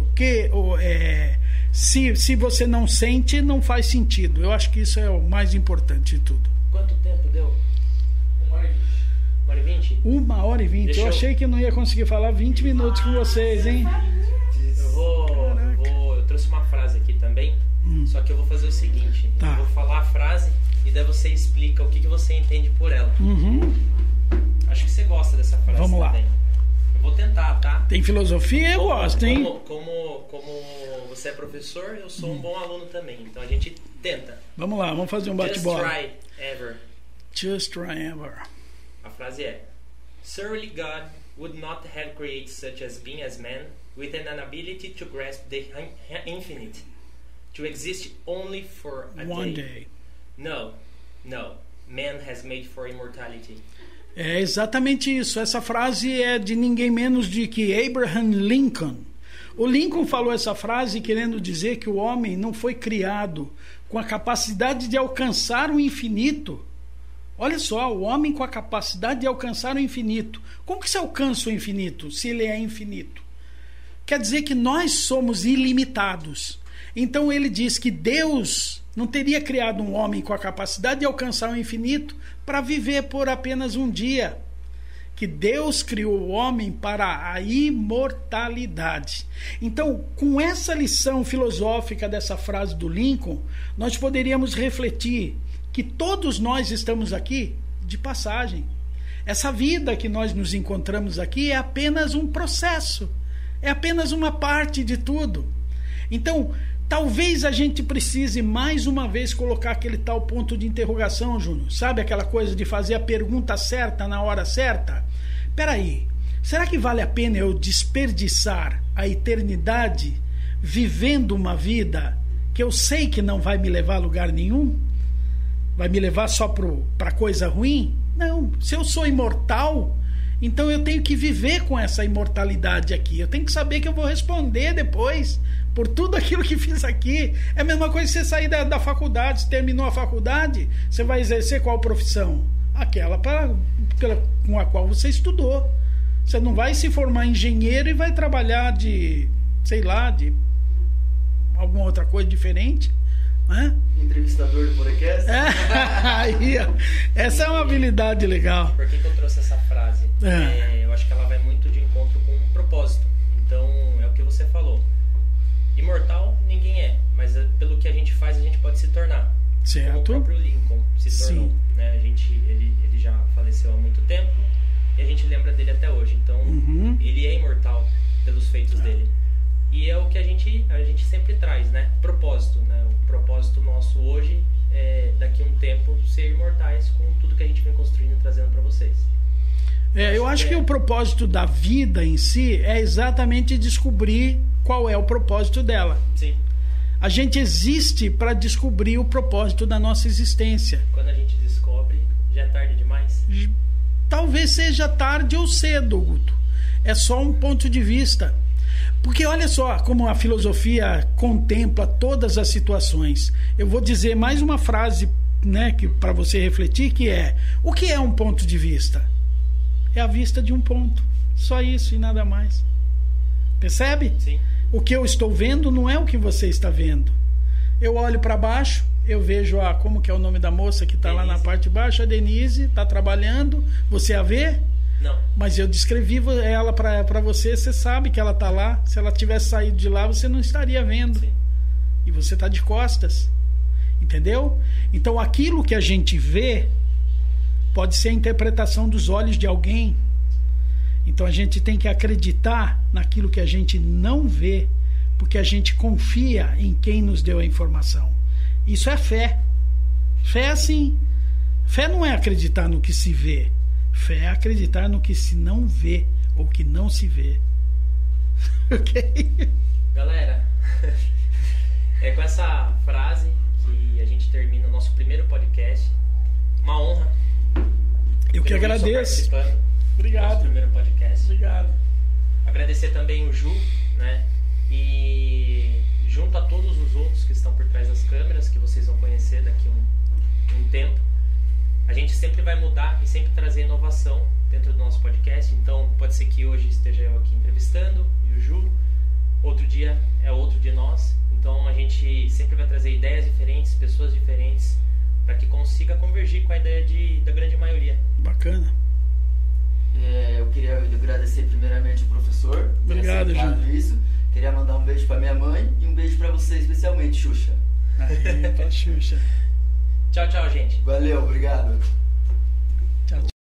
se você não sente, não faz sentido. Eu acho que isso é o mais importante de tudo. Quanto tempo deu? 1h20? 1h20. Eu achei que eu não ia conseguir falar 20 minutos com vocês, hein? Eu trouxe uma frase aqui também, só que eu vou fazer o seguinte. Tá. Eu vou falar a frase e daí você explica o que você entende por ela. Acho que você gosta dessa frase. Vamos também. lá. Eu vou tentar, tá? Tem filosofia? Eu gosto, hein? Como você é professor, eu sou um bom aluno também. Então a gente tenta. Vamos lá, vamos fazer um bate-bola. Just try ever. Just try ever. A frase é: Surely God would not have created such as being as man with an ability to grasp the infinite, to exist only for a One day. No. Man has made for immortality. É exatamente isso. Essa frase é de ninguém menos de que Abraham Lincoln, O Lincoln falou essa frase querendo dizer que o homem não foi criado com a capacidade de alcançar o infinito. Olha só, o homem com a capacidade de alcançar o infinito. Como que se alcança o infinito, se ele é infinito? Quer dizer que nós somos ilimitados. Então ele diz que Deus não teria criado um homem com a capacidade de alcançar o infinito para viver por apenas um dia. Que Deus criou o homem para a imortalidade. Então, com essa lição filosófica dessa frase do Lincoln, nós poderíamos refletir que todos nós estamos aqui de passagem. Essa vida que nós nos encontramos aqui é apenas um processo, é apenas uma parte de tudo. Então, talvez a gente precise mais uma vez colocar aquele tal ponto de interrogação, Júnior. Sabe aquela coisa de fazer a pergunta certa na hora certa? Peraí, será que vale a pena eu desperdiçar a eternidade vivendo uma vida que eu sei que não vai me levar a lugar nenhum? Vai me levar só para coisa ruim? Não, se eu sou imortal, então eu tenho que viver com essa imortalidade aqui. Eu tenho que saber que eu vou responder depois por tudo aquilo que fiz aqui. É a mesma coisa que você sair da faculdade. Se terminou a faculdade, você vai exercer qual profissão? Aquela com a qual você estudou. Você não vai se formar engenheiro e vai trabalhar de, sei lá, de alguma outra coisa diferente. Entrevistador do podcast. Aí, ó. Essa é uma habilidade legal. Por que eu trouxe essa frase? Eu acho que ela vai muito de encontro com um propósito. Então, é o que você falou. Imortal ninguém é, mas pelo que a gente faz a gente pode se tornar. Certo. Como o próprio Lincoln se tornou. Né? Ele já faleceu há muito tempo e a gente lembra dele até hoje. Então, ele é imortal pelos feitos dele. E é o que a gente sempre traz, né? Propósito, né? O propósito nosso hoje é, daqui a um tempo, ser imortais com tudo que a gente vem construindo e trazendo para vocês. Eu acho que o propósito da vida em si é exatamente descobrir qual é o propósito dela. Sim. A gente existe para descobrir o propósito da nossa existência. Quando a gente descobre, já é tarde demais? Talvez seja tarde ou cedo, Guto. É só um ponto de vista. Porque olha só como a filosofia contempla todas as situações. Eu vou dizer mais uma frase, né, para você refletir, que é: o que é um ponto de vista? É a vista de um ponto. Só isso e nada mais. Percebe? Sim. O que eu estou vendo não é o que você está vendo. Eu olho para baixo, eu vejo como que é o nome da moça que está lá na parte de baixo, a Denise, está trabalhando. Você a vê? Não. Mas eu descrevi ela para você, você sabe que ela está lá. Se ela tivesse saído de lá, você não estaria vendo. Sim. E você está de costas. Entendeu? Então aquilo que a gente vê pode ser a interpretação dos olhos de alguém. Então a gente tem que acreditar naquilo que a gente não vê, porque a gente confia em quem nos deu a informação. Isso é fé. Fé é assim. Fé não é acreditar no que se vê. Fé é acreditar no que se não vê ou que não se vê. Ok? Galera, é com essa frase que a gente termina o nosso primeiro podcast. Uma honra. Eu que agradeço. Obrigado. Nosso primeiro podcast. Obrigado. Agradecer também o Ju, né? E junto a todos os outros que estão por trás das câmeras, que vocês vão conhecer daqui um tempo. A gente sempre vai mudar e sempre trazer inovação dentro do nosso podcast. Então, pode ser que hoje esteja eu aqui entrevistando e o Ju. Outro dia é outro de nós. Então, a gente sempre vai trazer ideias diferentes, pessoas diferentes, para que consiga convergir com a ideia da grande maioria. Bacana. Eu queria agradecer primeiramente o professor. Obrigado, Ju. Isso. Queria mandar um beijo para minha mãe e um beijo para você, especialmente, Xuxa. Aí, pra Xuxa. Tchau, tchau, gente. Valeu, obrigado. Tchau.